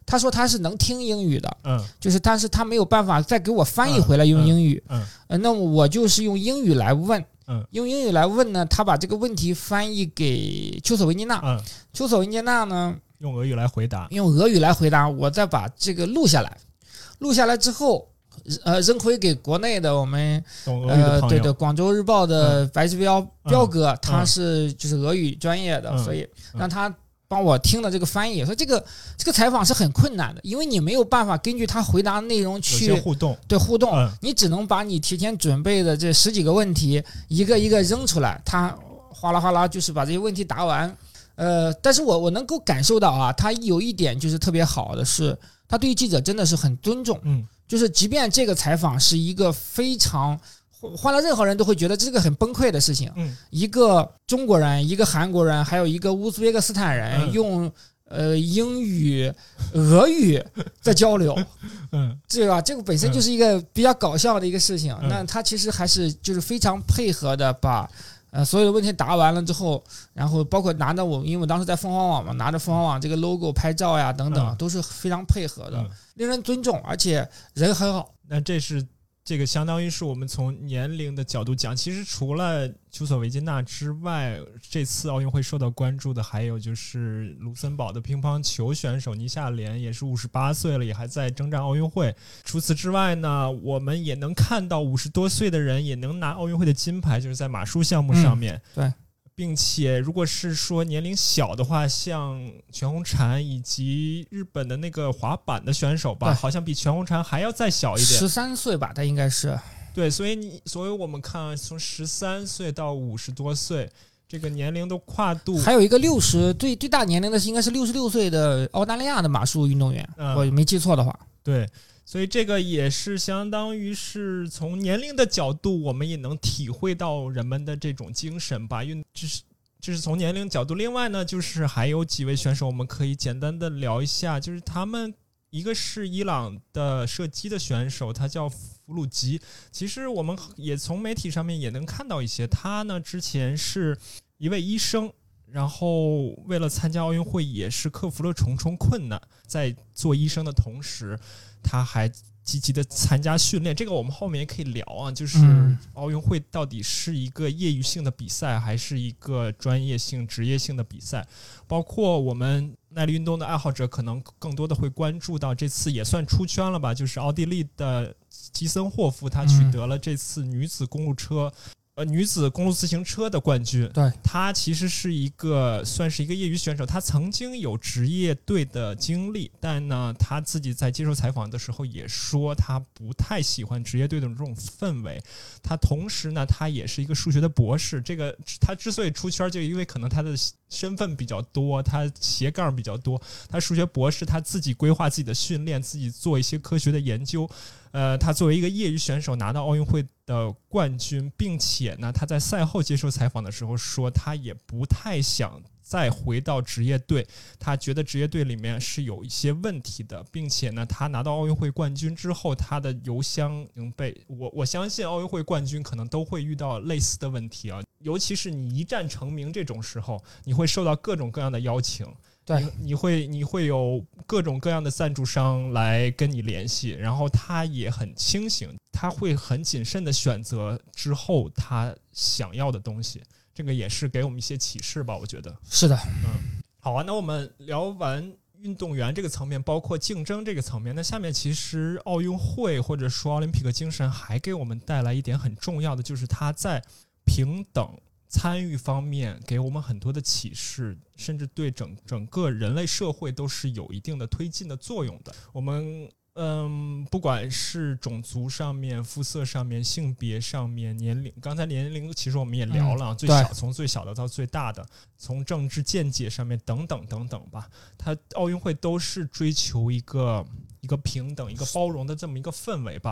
他说他是能听英语的， 嗯， 就是但是他没有办法再给我翻译回来用英语， 嗯，嗯呃，那么我就是用英语来问， 嗯， 用英语来问呢，他把这个问题翻译给丘索维尼娜， 嗯， 丘索维尼娜呢用俄语来回答， 用俄语来回答，我再把这个录下来，录下来之后。呃，扔回给国内的我们懂俄语的朋友， 呃，对对，广州日报的白志彪、嗯、彪哥，他是就是俄语专业的， 嗯、 所以让他帮我听了这个翻译。所以这个这个采访是很困难的，因为你没有办法根据他回答内容去互动， 对互动、 嗯， 你只能把你提前准备的这十几个问题一个一个扔出来，他哗啦哗啦就是把这些问题答完。呃，但是我我能够感受到啊，他有一点就是特别好的是，他对于记者真的是很尊重， 嗯。 就是即便这个采访是一个非常换了任何人都会觉得这是个很崩溃的事情， 嗯， 一个中国人一个韩国人还有一个乌兹别克斯坦人、 嗯、 用呃英语俄语在交流， 嗯， 对吧？这个本身就是一个比较搞笑的一个事情、 嗯、 那他其实还是就是非常配合的把呃，所有的问题答完了之后，然后包括拿着我，因为我当时在凤凰网嘛，拿着凤凰网这个 logo 拍照呀等等， 嗯、 都是非常配合的、 嗯， 令人尊重，而且人很好。 那这是这个相当于是我们从年龄的角度讲，其实除了丘索维金娜之外，这次奥运会受到关注的还有就是卢森堡的乒乓球选手倪夏莲，也是五十八岁了，也还在征战奥运会。除此之外呢，我们也能看到五十多岁的人也能拿奥运会的金牌，就是在马术项目上面。 嗯、对。 并且如果是说年龄小的话，像全红婵以及日本的那个滑板的选手吧，好像比全红婵还要再小一点， 十三岁吧，他应该是。 对，所以你，所以我们看，从十三岁到五十多岁，这个年龄的跨度， 还有一个六十最最大年龄的是应该是六十六岁的澳大利亚的马术运动员，嗯、我没记错的话。 对。所以这个也是相当于是从年龄的角度，我们也能体会到人们的这种精神吧。因为这是这是从年龄角度。另外呢，就是还有几位选手，我们可以简单的聊一下，就是他们一个是伊朗的射击的选手，他叫弗鲁吉。其实我们也从媒体上面也能看到一些，他呢之前是一位医生。然后为了参加奥运会也是克服了重重困难，在做医生的同时他还积极的参加训练。这个我们后面也可以聊啊，就是奥运会到底是一个业余性的比赛还是一个专业性职业性的比赛，包括我们耐力运动的爱好者可能更多的会关注到这次也算出圈了吧，就是奥地利的基森霍夫，他取得了这次女子公路车呃，女子公路自行车的冠军。 对， 她其实是一个算是一个业余选手，她曾经有职业队的经历，但呢，她自己在接受采访的时候也说，她不太喜欢职业队的这种氛围。她同时呢，她也是一个数学的博士。这个她之所以出圈，就因为可能她的身份比较多，她斜杠比较多。她数学博士，她自己规划自己的训练，自己做一些科学的研究。呃，他作为一个业余选手拿到奥运会的冠军，并且呢，他在赛后接受采访的时候说，他也不太想再回到职业队，他觉得职业队里面是有一些问题的，并且呢，他拿到奥运会冠军之后，他的邮箱能被我我相信奥运会冠军可能都会遇到类似的问题啊，尤其是你一战成名这种时候，你会受到各种各样的邀请。 对， 你, 你会你会有各种各样的赞助商来跟你联系，然后他也很清醒，他会很谨慎的选择之后他想要的东西，这个也是给我们一些启示吧，我觉得是的。 嗯，好啊，那我们聊完运动员这个层面，包括竞争这个层面，那下面其实奥运会或者说奥林匹克精神还给我们带来一点很重要的，就是他在平等参与方面给我们很多的启示，甚至对整整个人类社会都是有一定的推进的作用的。我们嗯，不管是种族上面、肤色上面、性别上面、年龄，刚才年龄其实我们也聊了，嗯、最小从最小的到最大的，从政治见解上面等等等等吧，它奥运会都是追求一个一个平等、一个包容的这么一个氛围吧。 对。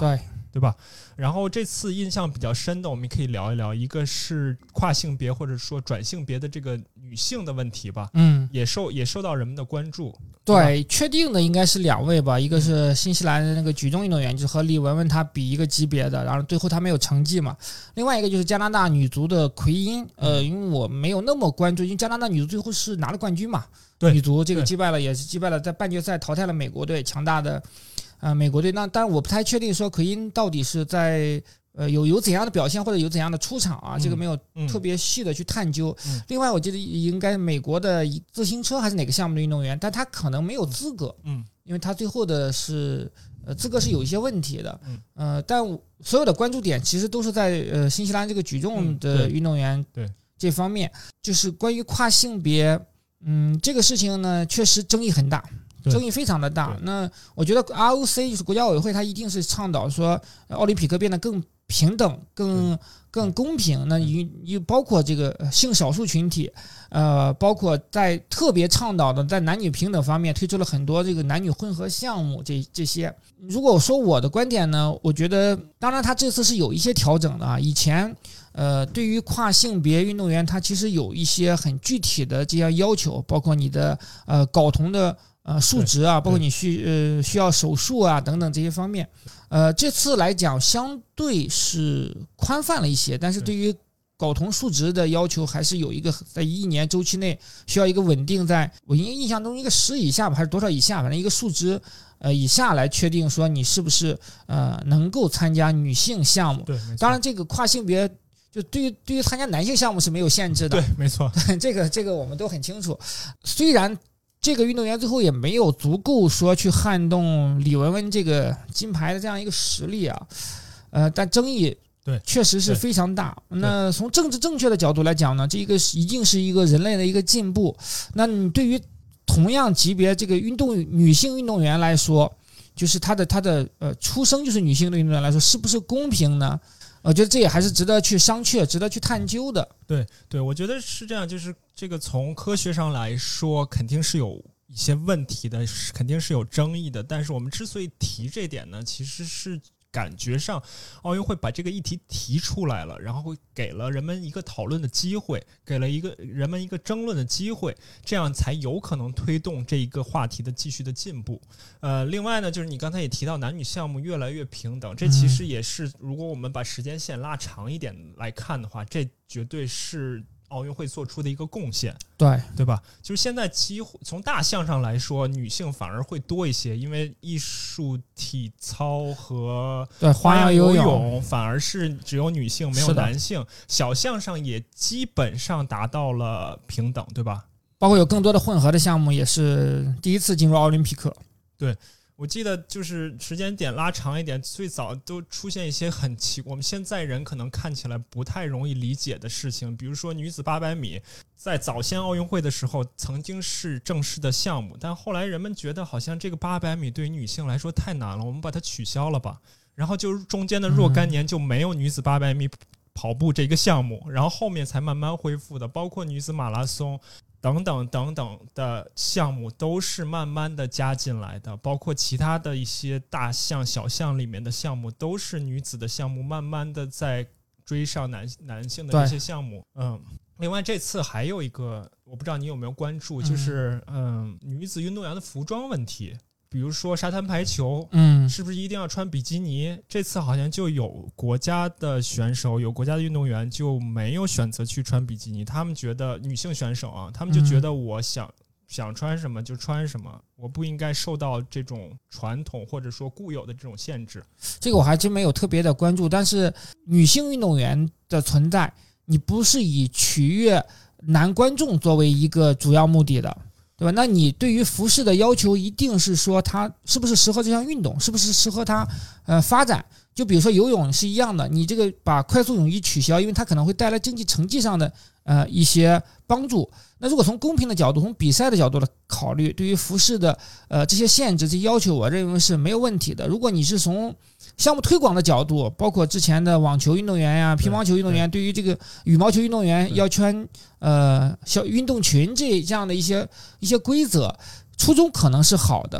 对吧？然后这次印象比较深的，我们可以聊一聊，一个是跨性别或者说转性别的这个女性的问题吧， 嗯， 也受也受到人们的关注。 对，确定的应该是两位吧，一个是新西兰的那个举重运动员，就是和李雯雯她比一个级别的，然后最后她没有成绩嘛。另外一个就是加拿大女足的奎因，呃，因为我没有那么关注，因为加拿大女足最后是拿了冠军嘛， 对， 女足这个击败了，也是击败了在半决赛淘汰了美国队，强大的呃美国队。那但我不太确定说奎因到底是在。呃，有有怎样的表现或者有怎样的出场啊？ 嗯、 这个没有特别细的去探究。 嗯、 另外，我记得应该美国的自行车还是哪个项目的运动员，但他可能没有资格， 嗯， 因为他最后的是呃资格是有一些问题的， 嗯， 呃，但所有的关注点其实都是在呃新西兰这个举重的运动员对这方面，就是关于跨性别，嗯，这个事情呢，确实争议很大。争议非常的大。那我觉得 R O C 就是国家奥委会，它一定是倡导说奥林匹克变得更平等、更更公平。那你你包括这个性少数群体，呃，包括在特别倡导的在男女平等方面推出了很多这个男女混合项目，这这些。如果我说我的观点呢，我觉得当然他这次是有一些调整的啊。以前呃，对于跨性别运动员，他其实有一些很具体的这样要求，包括你的呃睾酮的。呃，数值啊，包括你需呃需要手术啊等等这些方面，呃，这次来讲相对是宽泛了一些，但是对于睾酮数值的要求还是有一个在一年周期内需要一个稳定在，我印象中一个十以下吧，还是多少以下，反正一个数值呃以下来确定说你是不是呃能够参加女性项目。 对， 当然这个跨性别就对于对于参加男性项目是没有限制的。 对，没错， 这个这个我们都很清楚，虽然。这个运动员最后也没有足够说去撼动李雯雯这个金牌的这样一个实力啊，呃，但争议对确实是非常大。那从政治正确的角度来讲呢，这个一定是一个人类的一个进步。那你对于同样级别这个运动女性运动员来说，就是她的她的呃出生就是女性的运动员来说，是不是公平呢？我觉得这也还是值得去商榷、值得去探究的。 对对，我觉得是这样，就是这个从科学上来说，肯定是有一些问题的，肯定是有争议的。但是我们之所以提这点呢，其实是感觉上奥运会把这个议题提出来了，然后会给了人们一个讨论的机会，给了一个人们一个争论的机会，这样才有可能推动这一个话题的继续的进步。呃，另外呢，就是你刚才也提到男女项目越来越平等，这其实也是如果我们把时间线拉长一点来看的话，这绝对是奥运会做出的一个贡献， 对对吧？就是现在几乎从大项上来说，女性反而会多一些，因为艺术、体操和对花样游泳反而是只有女性没有男性，小项上也基本上达到了平等，对吧？ 包括有更多的混合的项目，也是第一次进入奥林匹克。 对。我记得就是时间点拉长一点，最早都出现一些很奇，我们现在人可能看起来不太容易理解的事情，比如说女子八百米，在早先奥运会的时候曾经是正式的项目，但后来人们觉得好像这个八百米对于女性来说太难了，我们把它取消了吧。然后就中间的若干年就没有女子八百米跑步这个项目，然后后面才慢慢恢复的，包括女子马拉松。等等等等的项目都是慢慢的加进来的，包括其他的一些大项小项里面的项目都是女子的项目慢慢的在追上男男性的这些项目。嗯，另外这次还有一个我不知道你有没有关注，就是嗯女子运动员的服装问题，比如说沙滩排球， 嗯， 是不是一定要穿比基尼？这次好像就有国家的选手，有国家的运动员就没有选择去穿比基尼。他们觉得女性选手啊，他们就觉得我想、嗯、想穿什么就穿什么，我不应该受到这种传统或者说固有的这种限制。 这个我还真没有特别的关注，但是女性运动员的存在，你不是以取悦男观众作为一个主要目的的。对吧？那你对于服饰的要求一定是说它是不是适合这项运动，是不是适合它呃发展？就比如说游泳是一样的，你这个把快速泳衣取消，因为它可能会带来经济成绩上的呃一些帮助。那如果从公平的角度，从比赛的角度来考虑，对于服饰的呃这些限制、这些要求，我认为是没有问题的。如果你是从项目推广的角度，包括之前的网球运动员呀、乒乓球运动员，对于这个羽毛球运动员要穿呃小运动裙这这样的一些一些规则，初衷可能是好的。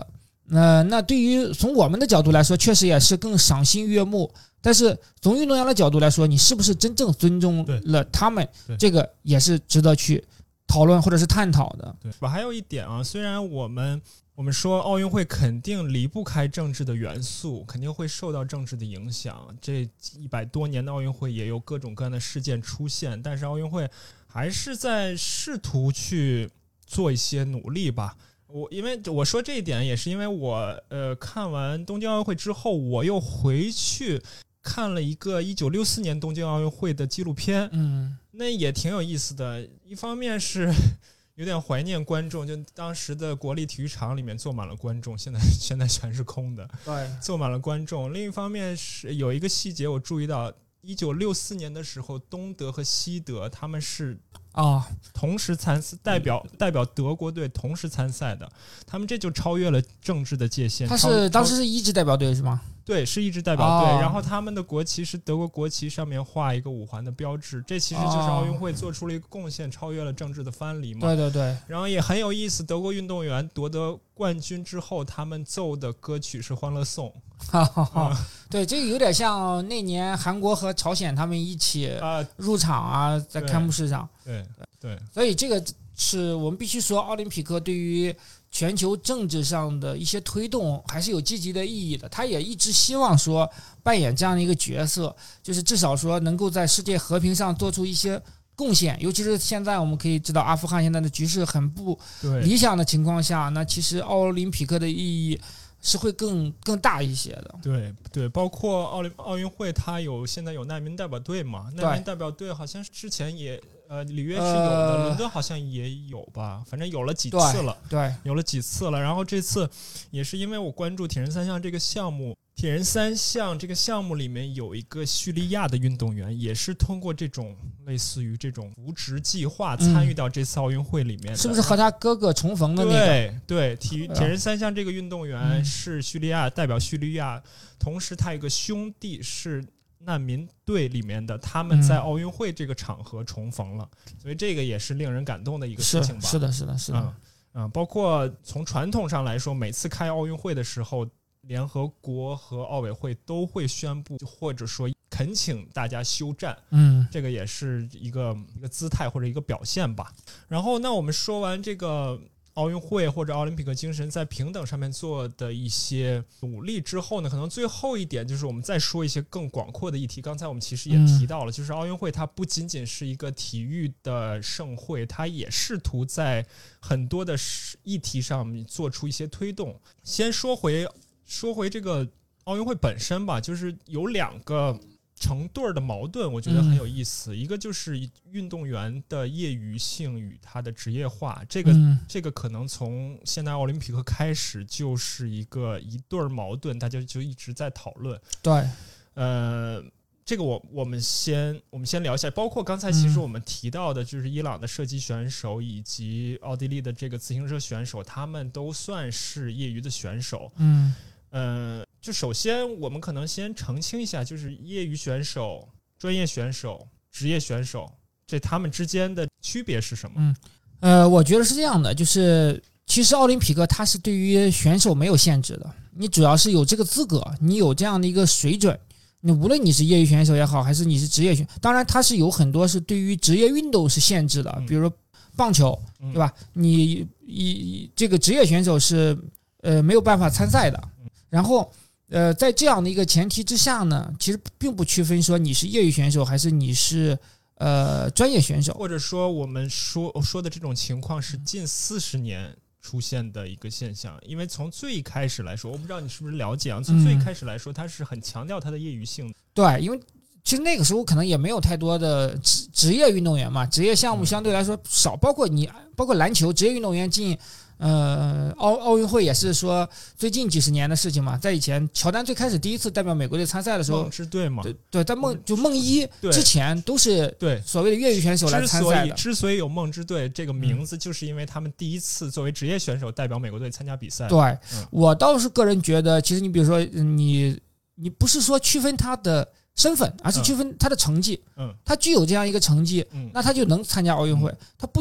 呃，那对于从我们的角度来说，确实也是更赏心悦目。但是从运动员的角度来说，你是不是真正尊重了他们，这个也是值得去讨论或者是探讨的。 对，我还有一点啊，虽然我们我们说奥运会肯定离不开政治的元素，肯定会受到政治的影响，这一百多年的奥运会也有各种各样的事件出现，但是奥运会还是在试图去做一些努力吧。我因为我说这一点也是因为我呃看完东京奥运会之后，我又回去看了一个一九六四年东京奥运会的纪录片， 嗯， 那也挺有意思的。一方面是有点怀念观众，就当时的国立体育场里面坐满了观众，现在现在全是空的， 对， 坐满了观众。另一方面是有一个细节我注意到，一九六四年的时候，东德和西德他们是啊， 同时参赛，代表代表德国队同时参赛的，他们这就超越了政治的界限。 他是当时是一支代表队是吗？ 对，是一支代表队、 哦， 然后他们的国旗是德国国旗上面画一个五环的标志，这其实就是奥运会做出了一个贡献，超越了政治的藩篱嘛。 对对对。 然后也很有意思，德国运动员夺得冠军之后，他们奏的歌曲是《欢乐颂》。 哈哈哈，对，这个有点像那年韩国和朝鲜他们一起入场啊，在开幕式上。 对对，对， 所以这个是我们必须说，奥林匹克对于全球政治上的一些推动还是有积极的意义的。他也一直希望说扮演这样的一个角色，就是至少说能够在世界和平上做出一些贡献。尤其是现在我们可以知道，阿富汗现在的局势很不理想的情况下，那其实奥林匹克的意义是会更更大一些的。 对对，包括奥林奥运会，它有现在有难民代表队嘛？难民代表队好像是之前也呃里约是有的、呃，伦敦好像也有吧，反正有了几次了， 对，对有了几次了。然后这次也是因为我关注铁人三项这个项目。铁人三项这个项目里面有一个叙利亚的运动员，也是通过这种类似于这种扶植计划参与到这次奥运会里面的、 嗯、是不是和他哥哥重逢的那个？ 对对，体育铁人三项这个运动员是叙利亚、嗯、代表叙利亚，同时他有个兄弟是难民队里面的，他们在奥运会这个场合重逢了、嗯、所以这个也是令人感动的一个事情吧。 是, 是的是的是的、 嗯嗯、包括从传统上来说，每次开奥运会的时候，联合国和奥委会都会宣布或者说恳请大家休战， 嗯， 这个也是一个一个姿态或者一个表现吧。然后那我们说完这个奥运会或者奥林匹克精神在平等上面做的一些努力之后呢，可能最后一点就是我们再说一些更广阔的议题。刚才我们其实也提到了、嗯、就是奥运会它不仅仅是一个体育的盛会，它也试图在很多的议题上做出一些推动。先说回说回这个奥运会本身吧，就是有两个成对的矛盾，我觉得很有意思、嗯、一个就是运动员的业余性与他的职业化，这个、嗯、这个可能从现代奥林匹克开始就是一个一对矛盾，大家就一直在讨论。 对， 呃这个我我们先我们先聊一下，包括刚才其实我们提到的，就是伊朗的射击选手以及奥地利的这个自行车选手，他们都算是业余的选手。 嗯呃，就首先我们可能先澄清一下，就是业余选手、专业选手、职业选手，这他们之间的区别是什么？ 嗯，呃，我觉得是这样的，就是其实奥林匹克它是对于选手没有限制的，你主要是有这个资格，你有这样的一个水准，你无论你是业余选手也好，还是你是职业选手，当然它是有很多是对于职业运动是限制的， 嗯、 比如说棒球， 嗯、 对吧？你一这个职业选手是呃没有办法参赛的。然后，呃，在这样的一个前提之下呢，其实并不区分说你是业余选手还是你是呃专业选手， 或者说我们说说的这种情况是近四十年出现的一个现象。因为从最开始来说，我不知道你是不是了解啊？从最开始来说，它是很强调它的业余性。 对，因为其实那个时候可能也没有太多的职职业运动员嘛，职业项目相对来说少，包括你包括篮球职业运动员进。呃，奥奥运会也是说最近几十年的事情嘛，在以前乔丹最开始第一次代表美国队参赛的时候， 梦之队嘛， 对对，在梦就梦一之前都是对所谓的业余选手来参赛的。 之所以之所以有梦之队这个名字，就是因为他们第一次作为职业选手代表美国队参加比赛。 对、 嗯， 我倒是个人觉得，其实你比如说你你不是说区分他的身份，而是区分他的成绩。 嗯， 他具有这样一个成绩， 嗯， 那他就能参加奥运会。 嗯、 他不。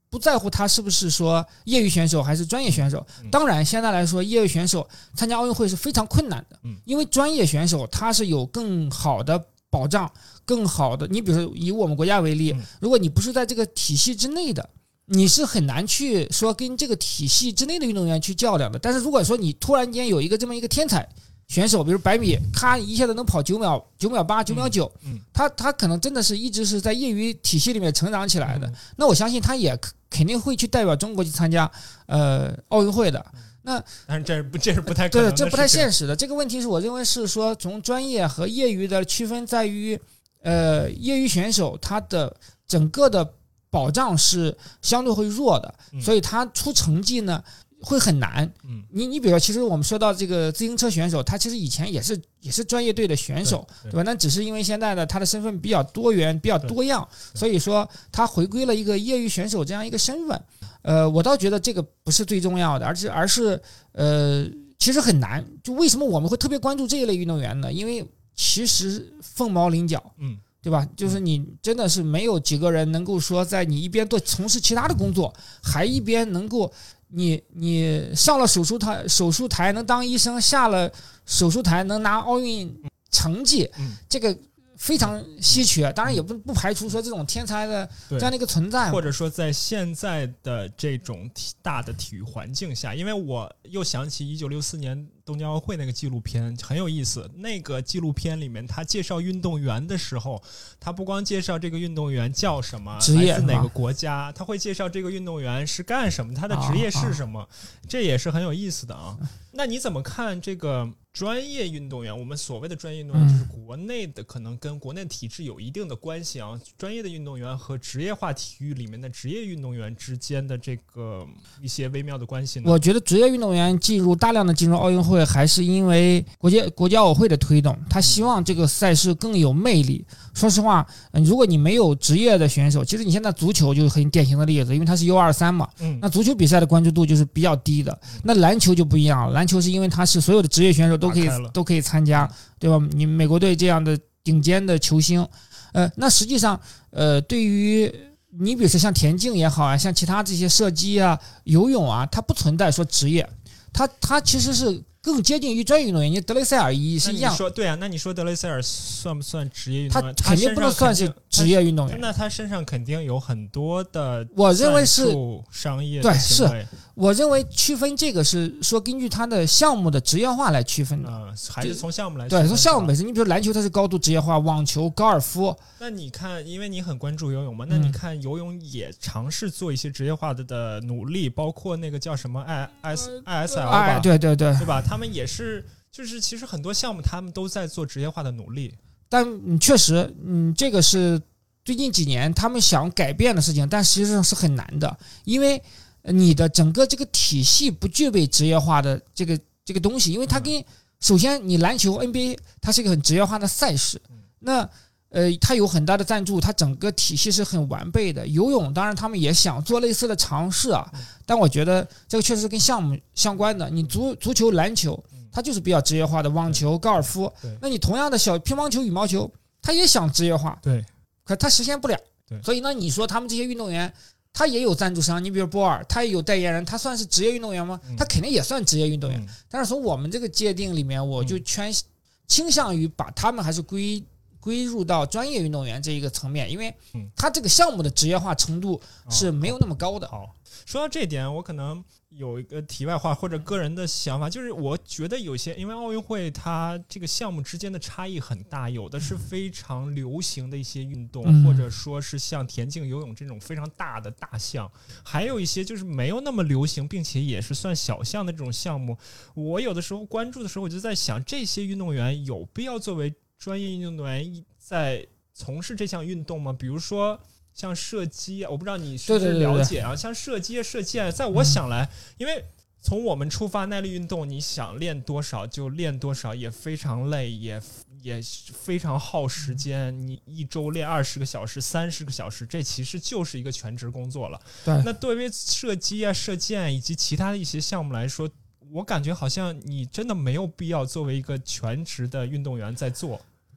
不在乎他是不是说业余选手还是专业选手。当然，现在来说，业余选手参加奥运会是非常困难的，因为专业选手他是有更好的保障，更好的。你比如说以我们国家为例，如果你不是在这个体系之内的，你是很难去说跟这个体系之内的运动员去较量的。但是如果说你突然间有一个这么一个天才选手，比如百米，他一下子能跑九秒、九秒八、九秒九，他他可能真的是一直是在业余体系里面成长起来的。那我相信他也肯定会去代表中国去参加呃奥运会的。那但是这是不这是不太可能的， 对，这不太现实的。这个问题是我认为是说从专业和业余的区分在于，呃，业余选手他的整个的保障是相对会弱的，所以他出成绩呢会很难。嗯，你你比如说，其实我们说到这个自行车选手，他其实以前也是也是专业队的选手， 对, 对吧？那只是因为现在的他的身份比较多元、比较多样，所以说他回归了一个业余选手这样一个身份。呃，我倒觉得这个不是最重要的，而是而是呃，其实很难。就为什么我们会特别关注这一类运动员呢？因为其实凤毛麟角，嗯。对吧？就是你真的是没有几个人能够说，在你一边做从事其他的工作，还一边能够你你上了手术台手术台能当医生，下了手术台能拿奥运成绩，这个非常稀缺。当然也不不排除说这种天才的这样的一个存在， 或者说在现在的这种大的体育环境下，因为我又想起一九六四年东京奥运会那个纪录片很有意思。那个纪录片里面他介绍运动员的时候，他不光介绍这个运动员叫什么，来自哪个国家，他会介绍这个运动员是干什么，他的职业是什么，这也是很有意思的啊。那你怎么看这个专业运动员？我们所谓的专业运动员就是国内的，可能跟国内体制有一定的关系啊。专业的运动员和职业化体育里面的职业运动员之间的这个一些微妙的关系呢？ 我觉得职业运动员进入大量的进入奥运会，还是因为国际国际奥委会的推动，他希望这个赛事更有魅力。说实话，如果你没有职业的选手，其实你现在足球就是很典型的例子，因为它是 U 二十三 嘛，那足球比赛的关注度就是比较低的。那篮球就不一样了，篮球是因为它是所有的职业选手都可以都可以参加，对吧？你美国队这样的顶尖的球星，呃，那实际上，呃，对于你比如说像田径也好啊，像其他这些射击啊、游泳啊，它不存在说职业，它它其实是更接近于专业运动员。你德雷塞尔也是一样。 那你说对啊，那你说德雷塞尔算不算职业运动员？ 他肯定不能算是职业运动员。 那他身上肯定有很多的， 我认为是商业对，是我认为区分这个是说根据他的项目的职业化来区分的， 嗯、还是从项目来对，从项目本身。你比如篮球，它是高度职业化，网球、高尔夫。 那你看，因为你很关注游泳嘛，那你看游泳也尝试做一些职业化的的努力，包括那个叫什么 I S I S L 吧、 哎，对对对， 对吧？他们也是，就是其实很多项目他们都在做职业化的努力。 但嗯，确实，嗯，这个是最近几年他们想改变的事情，但实际上是很难的，因为你的整个这个体系不具备职业化的这个这个东西，因为它跟、嗯、首先你篮球 N B A 它是一个很职业化的赛事，嗯、那呃它有很大的赞助，它整个体系是很完备的。游泳当然他们也想做类似的尝试啊，嗯、但我觉得这个确实是跟项目相关的。你足足球、篮球它就是比较职业化的，网球、高尔夫，那你同样的小乒乓球、羽毛球，它也想职业化， 对， 可它实现不了。所以呢，你说他们这些运动员，他也有赞助商，你比如波尔，他也有代言人，他算是职业运动员吗？他肯定也算职业运动员。嗯、但是从我们这个界定里面，我就全倾向于把他们还是归归入到专业运动员这一个层面，因为他这个项目的职业化程度是没有那么高的。 哦、好，说到这点，我可能有一个题外话或者个人的想法，就是我觉得有些因为奥运会它这个项目之间的差异很大，有的是非常流行的一些运动，嗯、或者说是像田径、游泳这种非常大的大项，还有一些就是没有那么流行并且也是算小项的这种项目。我有的时候关注的时候，我就在想，这些运动员有必要作为专业运动员在从事这项运动吗？比如说像射击，我不知道你是不是了解啊？ 对对对对， 像射击、射箭，在我想来，嗯、因为从我们出发，耐力运动，你想练多少就练多少，也非常累，也也非常耗时间。你一周练二十个小时、三十个小时，这其实就是一个全职工作了。 对， 那对于射击啊、射箭以及其他的一些项目来说，我感觉好像你真的没有必要作为一个全职的运动员在做。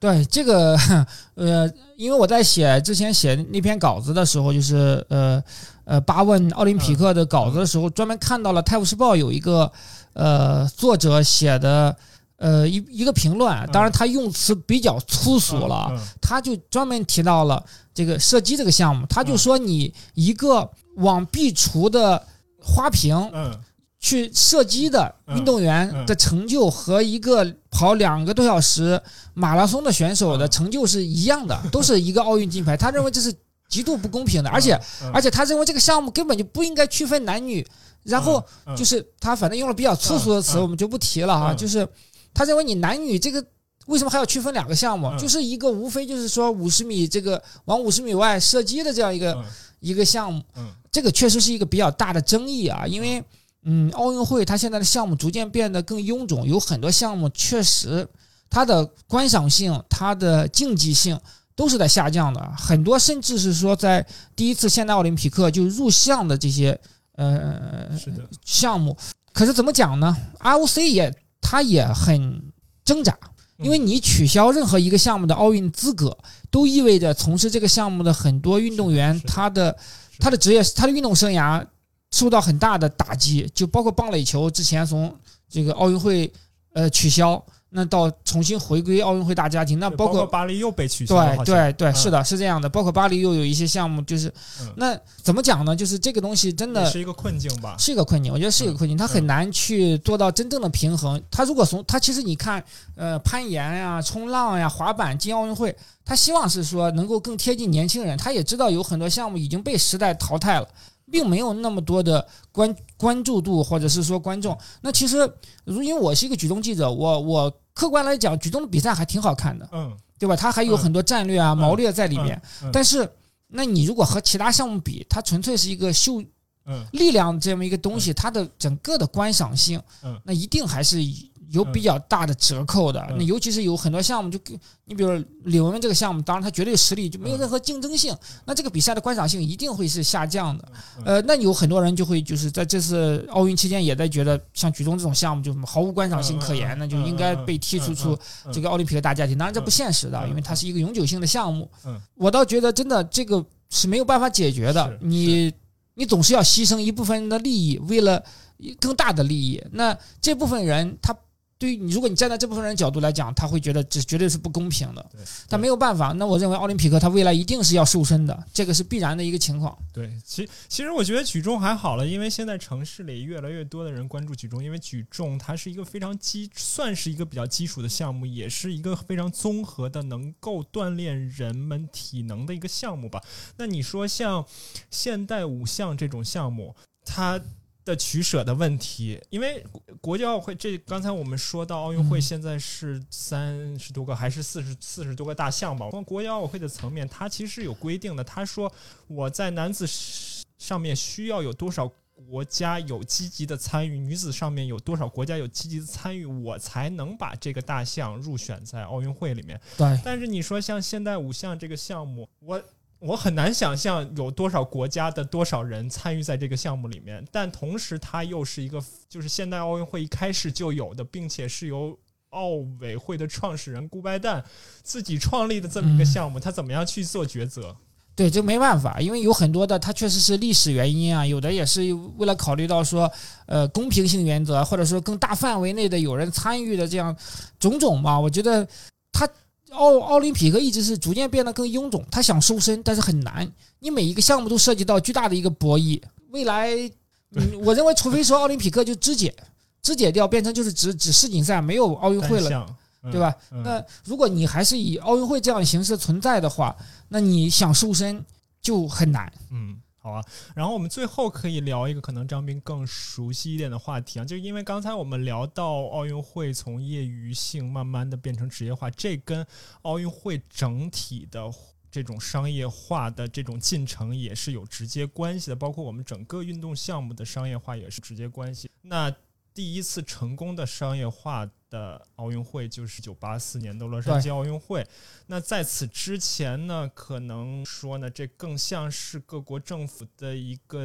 对这个，呃，因为我在写之前写那篇稿子的时候，就是呃呃八问奥林匹克的稿子的时候，专门看到了《泰晤士报》有一个呃作者写的呃一一个评论，当然他用词比较粗俗了， 嗯嗯、 他就专门提到了这个射击这个项目，他就说你一个往壁橱的花瓶。 嗯去射击的运动员的成就和一个跑两个多小时马拉松的选手的成就是一样的，都是一个奥运金牌。他认为这是极度不公平的，而且而且他认为这个项目根本就不应该区分男女。然后就是他反正用了比较粗俗的词，我们就不提了哈。就是他认为你男女这个为什么还要区分两个项目？就是一个无非就是说五十米这个往五十米外射击的这样一个一个项目，这个确实是一个比较大的争议啊，因为。嗯，奥运会它现在的项目逐渐变得更臃肿，有很多项目确实它的观赏性、它的竞技性都是在下降的，很多甚至是说在第一次现代奥林匹克就入项的这些呃项目，可是怎么讲呢 ？R O C 也它也很挣扎，因为你取消任何一个项目的奥运资格，都意味着从事这个项目的很多运动员他的他的职业他的运动生涯。受到很大的打击，就包括棒垒球之前从这个奥运会呃取消，那到重新回归奥运会大家庭，那包括巴黎又被取消了， 对对对，嗯、是的，是这样的。包括巴黎又有一些项目，就是、嗯、那怎么讲呢？就是这个东西真的是一个困境吧， 是一个困境，我觉得是一个困境，它很难去做到真正的平衡。它如果从它其实你看，呃，攀岩呀、冲浪呀、滑板进奥运会，他希望是说能够更贴近年轻人，他也知道有很多项目已经被时代淘汰了。并没有那么多的关关注度，或者是说观众。那其实，因为我是一个举重记者，我我客观来讲，举重的比赛还挺好看的，嗯，对吧？它还有很多战略啊、嗯、谋略在里面。嗯嗯、但是，那你如果和其他项目比，它纯粹是一个秀力量这么一个东西，它的整个的观赏性，那一定还是有比较大的折扣的。那尤其是有很多项目，就你比如李雯雯这个项目，当然它绝对实力就没有任何竞争性，那这个比赛的观赏性一定会是下降的。呃，那有很多人就会就是在这次奥运期间也在觉得，像举重这种项目就毫无观赏性可言，那就应该被剔除出这个奥林匹克大家庭。当然这不现实的，因为它是一个永久性的项目。我倒觉得真的这个是没有办法解决的，你你总是要牺牲一部分人的利益，为了更大的利益。那这部分人他。对于你，如果你站在这部分人角度来讲，他会觉得这绝对是不公平的。但没有办法，那我认为奥林匹克它未来一定是要瘦身的，这个是必然的一个情况。 对，其其实我觉得举重还好了，因为现在城市里越来越多的人关注举重，因为举重它是一个非常基，算是一个比较基础的项目，也是一个非常综合的，能够锻炼人们体能的一个项目吧。那你说像现代五项这种项目，它的取舍的问题，因为国际奥会这刚才我们说到奥运会现在是三十多个还是四十四十多个大项吧？从国际奥委会的层面，它其实有规定的。他说我在男子上面需要有多少国家有积极的参与，女子上面有多少国家有积极的参与，我才能把这个大项入选在奥运会里面。 对。 但是你说像现代五项这个项目，我。我很难想象有多少国家的多少人参与在这个项目里面，但同时它又是一个就是现代奥运会一开始就有的，并且是由奥委会的创始人顾拜旦自己创立的这么一个项目，他怎么样去做抉择？ 对，这没办法，因为有很多的它确实是历史原因啊，有的也是为了考虑到说呃公平性原则，或者说更大范围内的有人参与的这样种种嘛。我觉得它奥奥林匹克一直是逐渐变得更臃肿，他想瘦身，但是很难。你每一个项目都涉及到巨大的一个博弈。未来，嗯，我认为除非说奥林匹克就肢解，肢解掉，变成就是只只世锦赛，没有奥运会了，嗯、对吧、嗯？那如果你还是以奥运会这样的形式存在的话，那你想瘦身就很难。 嗯。好啊，然后我们最后可以聊一个可能张斌更熟悉一点的话题啊，就是因为刚才我们聊到奥运会从业余性慢慢的变成职业化，这跟奥运会整体的这种商业化的这种进程也是有直接关系的，包括我们整个运动项目的商业化也是直接关系。那第一次成功的商业化的奥运会就是一九八四年的洛杉矶奥运会。那在此之前呢，可能说呢，这更像是各国政府的一个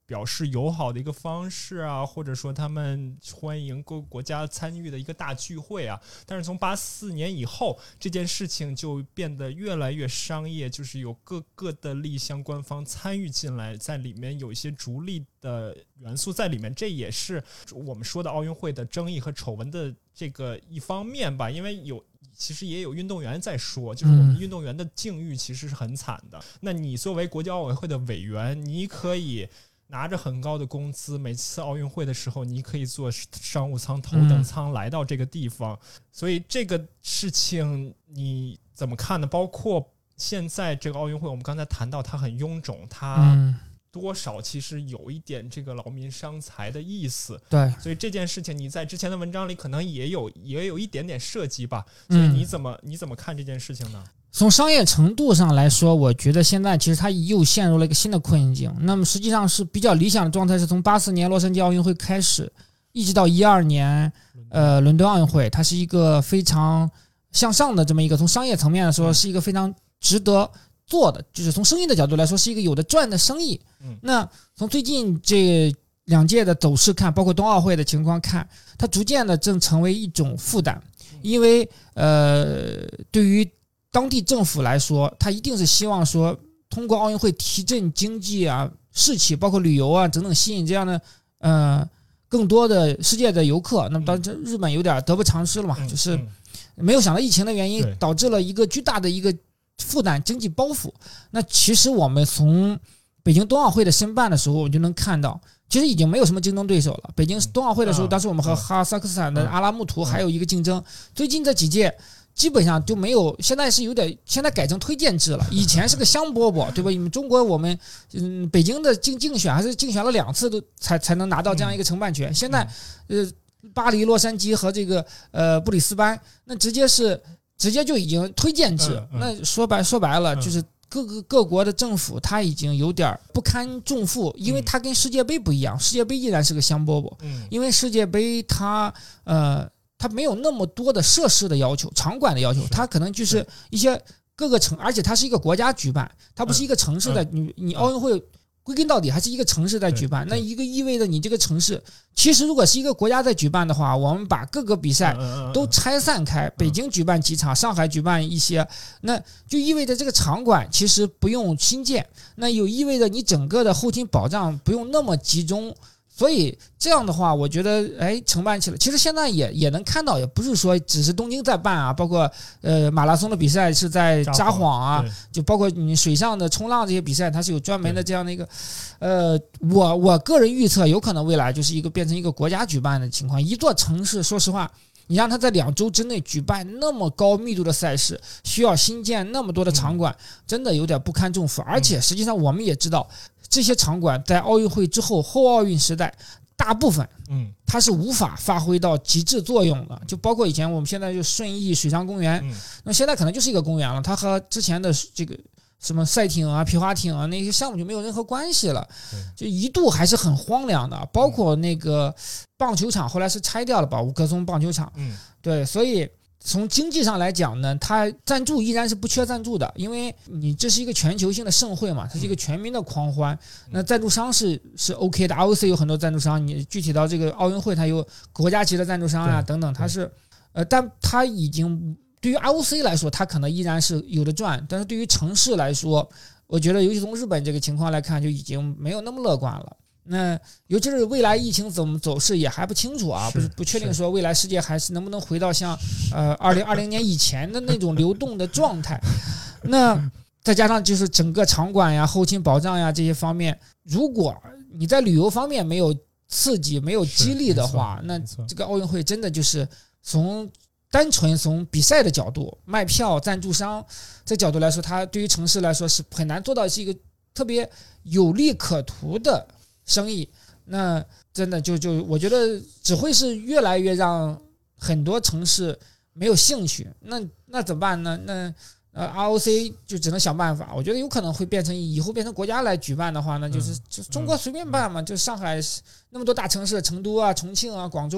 表示友好的一个方式啊，或者说他们欢迎各个国家参与的一个大聚会啊。但是从八四年以后，这件事情就变得越来越商业，就是有各个的利益相关方参与进来，在里面有一些逐利的元素在里面，这也是我们说的奥运会的争议和丑闻的这个一方面吧。因为有其实也有运动员在说，就是我们运动员的境遇其实是很惨的。那你作为国际奥委会的委员，你可以拿着很高的工资，每次奥运会的时候你可以坐商务舱头等舱来到这个地方，所以这个事情你怎么看呢？包括现在这个奥运会，我们刚才谈到它很臃肿，它多少其实有一点这个劳民伤财的意思。 对， 所以这件事情你在之前的文章里可能也有也有一点点涉及吧。所以你怎么、嗯、你怎么看这件事情呢？ 从商业程度上来说，我觉得现在其实它又陷入了一个新的困境。那么实际上是比较理想的状态，是从八四年洛杉矶奥运会开始，一直到一二年呃伦敦奥运会，它是一个非常向上的这么一个，从商业层面来说是一个非常值得做的，就是从生意的角度来说是一个有的赚的生意。那从最近这两届的走势看，包括冬奥会的情况看，它逐渐的正成为一种负担。因为呃，对于当地政府来说，他一定是希望说通过奥运会提振经济啊、士气，包括旅游啊等等，吸引这样的呃更多的世界的游客。那么当然日本有点得不偿失了嘛，就是没有想到疫情的原因导致了一个巨大的一个负担，经济包袱。那其实我们从北京冬奥会的申办的时候，我们就能看到，其实已经没有什么竞争对手了。北京冬奥会的时候，当时我们和哈萨克斯坦的阿拉木图还有一个竞争。最近这几届基本上就没有，现在是有点，现在改成推荐制了。以前是个香饽饽，对吧？你们中国我们嗯，北京的竞竞选还是竞选了两次都才才能拿到这样一个承办权。现在呃，巴黎、洛杉矶和这个呃布里斯班，那直接是直接就已经推荐制。那说白说白了就是。各个各国的政府，它已经有点不堪重负，因为它跟世界杯不一样，世界杯依然是个香饽饽。因为世界杯它呃它没有那么多的设施的要求，场馆的要求，它可能就是一些各个城，而且它是一个国家举办，它不是一个城市的。你你奥运会归根到底还是一个城市在举办，那一个意味着你这个城市，其实如果是一个国家在举办的话，我们把各个比赛都拆散开，北京举办几场，上海举办一些，那就意味着这个场馆其实不用新建，那又意味着你整个的后勤保障不用那么集中。所以这样的话，我觉得，哎，承办起来，其实现在也也能看到，也不是说只是东京在办啊，包括呃马拉松的比赛是在札幌啊，就包括你水上的冲浪这些比赛，它是有专门的这样的一个，呃，我我个人预测，有可能未来就是一个变成一个国家举办的情况。一座城市，说实话，你让它在两周之内举办那么高密度的赛事，需要新建那么多的场馆，真的有点不堪重负。而且实际上我们也知道，这些场馆在奥运会之后后奥运时代大部分嗯它是无法发挥到极致作用的，就包括以前我们现在就顺义水上公园，那现在可能就是一个公园了，它和之前的这个什么赛艇啊、皮划艇啊那些项目就没有任何关系了，就一度还是很荒凉的。包括那个棒球场后来是拆掉了吧，五棵松棒球场，对，所以从经济上来讲呢，它赞助依然是不缺赞助的，因为你这是一个全球性的盛会嘛，它是一个全民的狂欢。那赞助商是是 OK 的 ，R O C 有很多赞助商，你具体到这个奥运会，它有国家级的赞助商啊等等，它是呃，但它已经对于 R O C 来说，它可能依然是有的赚，但是对于城市来说，我觉得尤其从日本这个情况来看，就已经没有那么乐观了。那尤其是未来疫情怎么走势也还不清楚啊，不是不确定说未来世界还是能不能回到像呃二零二零年以前的那种流动的状态。那再加上就是整个场馆呀、后勤保障呀这些方面，如果你在旅游方面没有刺激、没有激励的话，那这个奥运会真的就是从单纯从比赛的角度、卖票、赞助商这角度来说，它对于城市来说是很难做到是一个特别有利可图的生意。那真的就就我觉得只会是越来越让很多城市没有兴趣。那那怎么办呢？那呃 R O C 就只能想办法。我觉得有可能会变成以后变成国家来举办的话呢，就是就中国随便办嘛，就上海那么多大城市，成都啊、重庆啊、广州，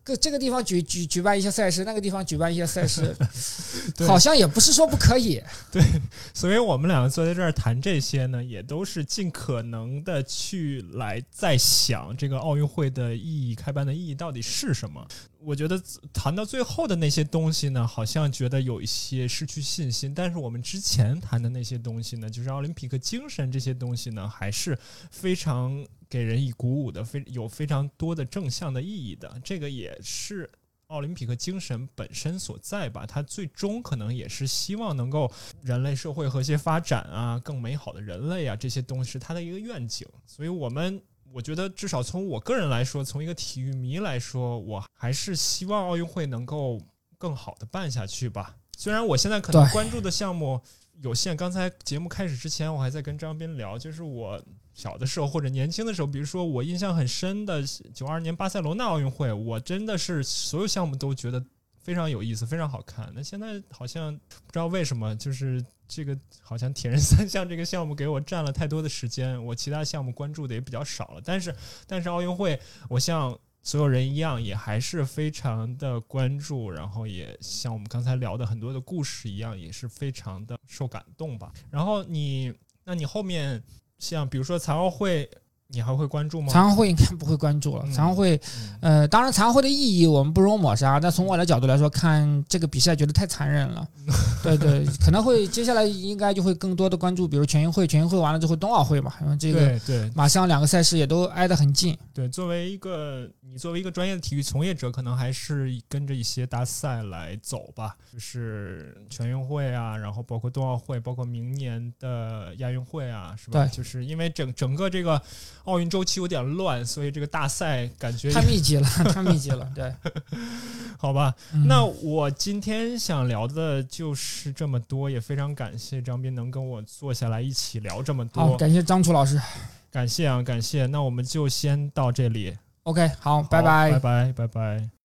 个这个地方举举举办一些赛事，那个地方举办一些赛事，好像也不是说不可以。 对，所以我们两个坐在这儿谈这些呢，也都是尽可能的去来再想这个奥运会的意义，开办的意义到底是什么。我觉得谈到最后的那些东西呢，好像觉得有一些失去信心，但是我们之前谈的那些东西呢，就是奥林匹克精神这些东西呢，还是非常给人以鼓舞的，非有非常多的正向的意义的。这个也是奥林匹克精神本身所在吧，它最终可能也是希望能够人类社会和谐发展啊，更美好的人类啊，这些东西是它的一个愿景。所以我们我觉得至少从我个人来说，从一个体育迷来说，我还是希望奥运会能够更好的办下去吧。虽然我现在可能关注的项目有限，刚才节目开始之前我还在跟张斌聊，就是我小的时候或者年轻的时候，比如说我印象很深的九二年巴塞罗那奥运会，我真的是所有项目都觉得非常有意思，非常好看。那现在好像不知道为什么，就是这个好像铁人三项这个项目给我占了太多的时间，我其他项目关注的也比较少了。但是但是奥运会，我像所有人一样，也还是非常的关注，然后也像我们刚才聊的很多的故事一样，也是非常的受感动吧。然后你，那你后面像比如说残奥会，你还会关注吗？ 残奥会应该不会关注了。残奥会，呃，当然残奥会的意义我们不容抹杀，但从我的角度来说，看这个比赛觉得太残忍了。对对，可能会接下来应该就会更多的关注，比如全运会，全运会完了之后冬奥会嘛，因为这个对对， 马上两个赛事也都挨得很近。 对，作为一个你作为一个专业的体育从业者，可能还是跟着一些大赛来走吧，就是全运会啊，然后包括冬奥会，包括明年的亚运会啊，是吧？ 对， 就是因为整整个这个奥运周期有点乱，所以这个大赛感觉太密集了，太密集了。对， 好吧、 嗯， 那我今天想聊的就是这么多，也非常感谢张斌能跟我坐下来一起聊这么多。 好，感谢张楚老师， 感谢啊，感谢。那我们就先到这里。 OK， 好， 好拜拜， 拜拜，拜拜。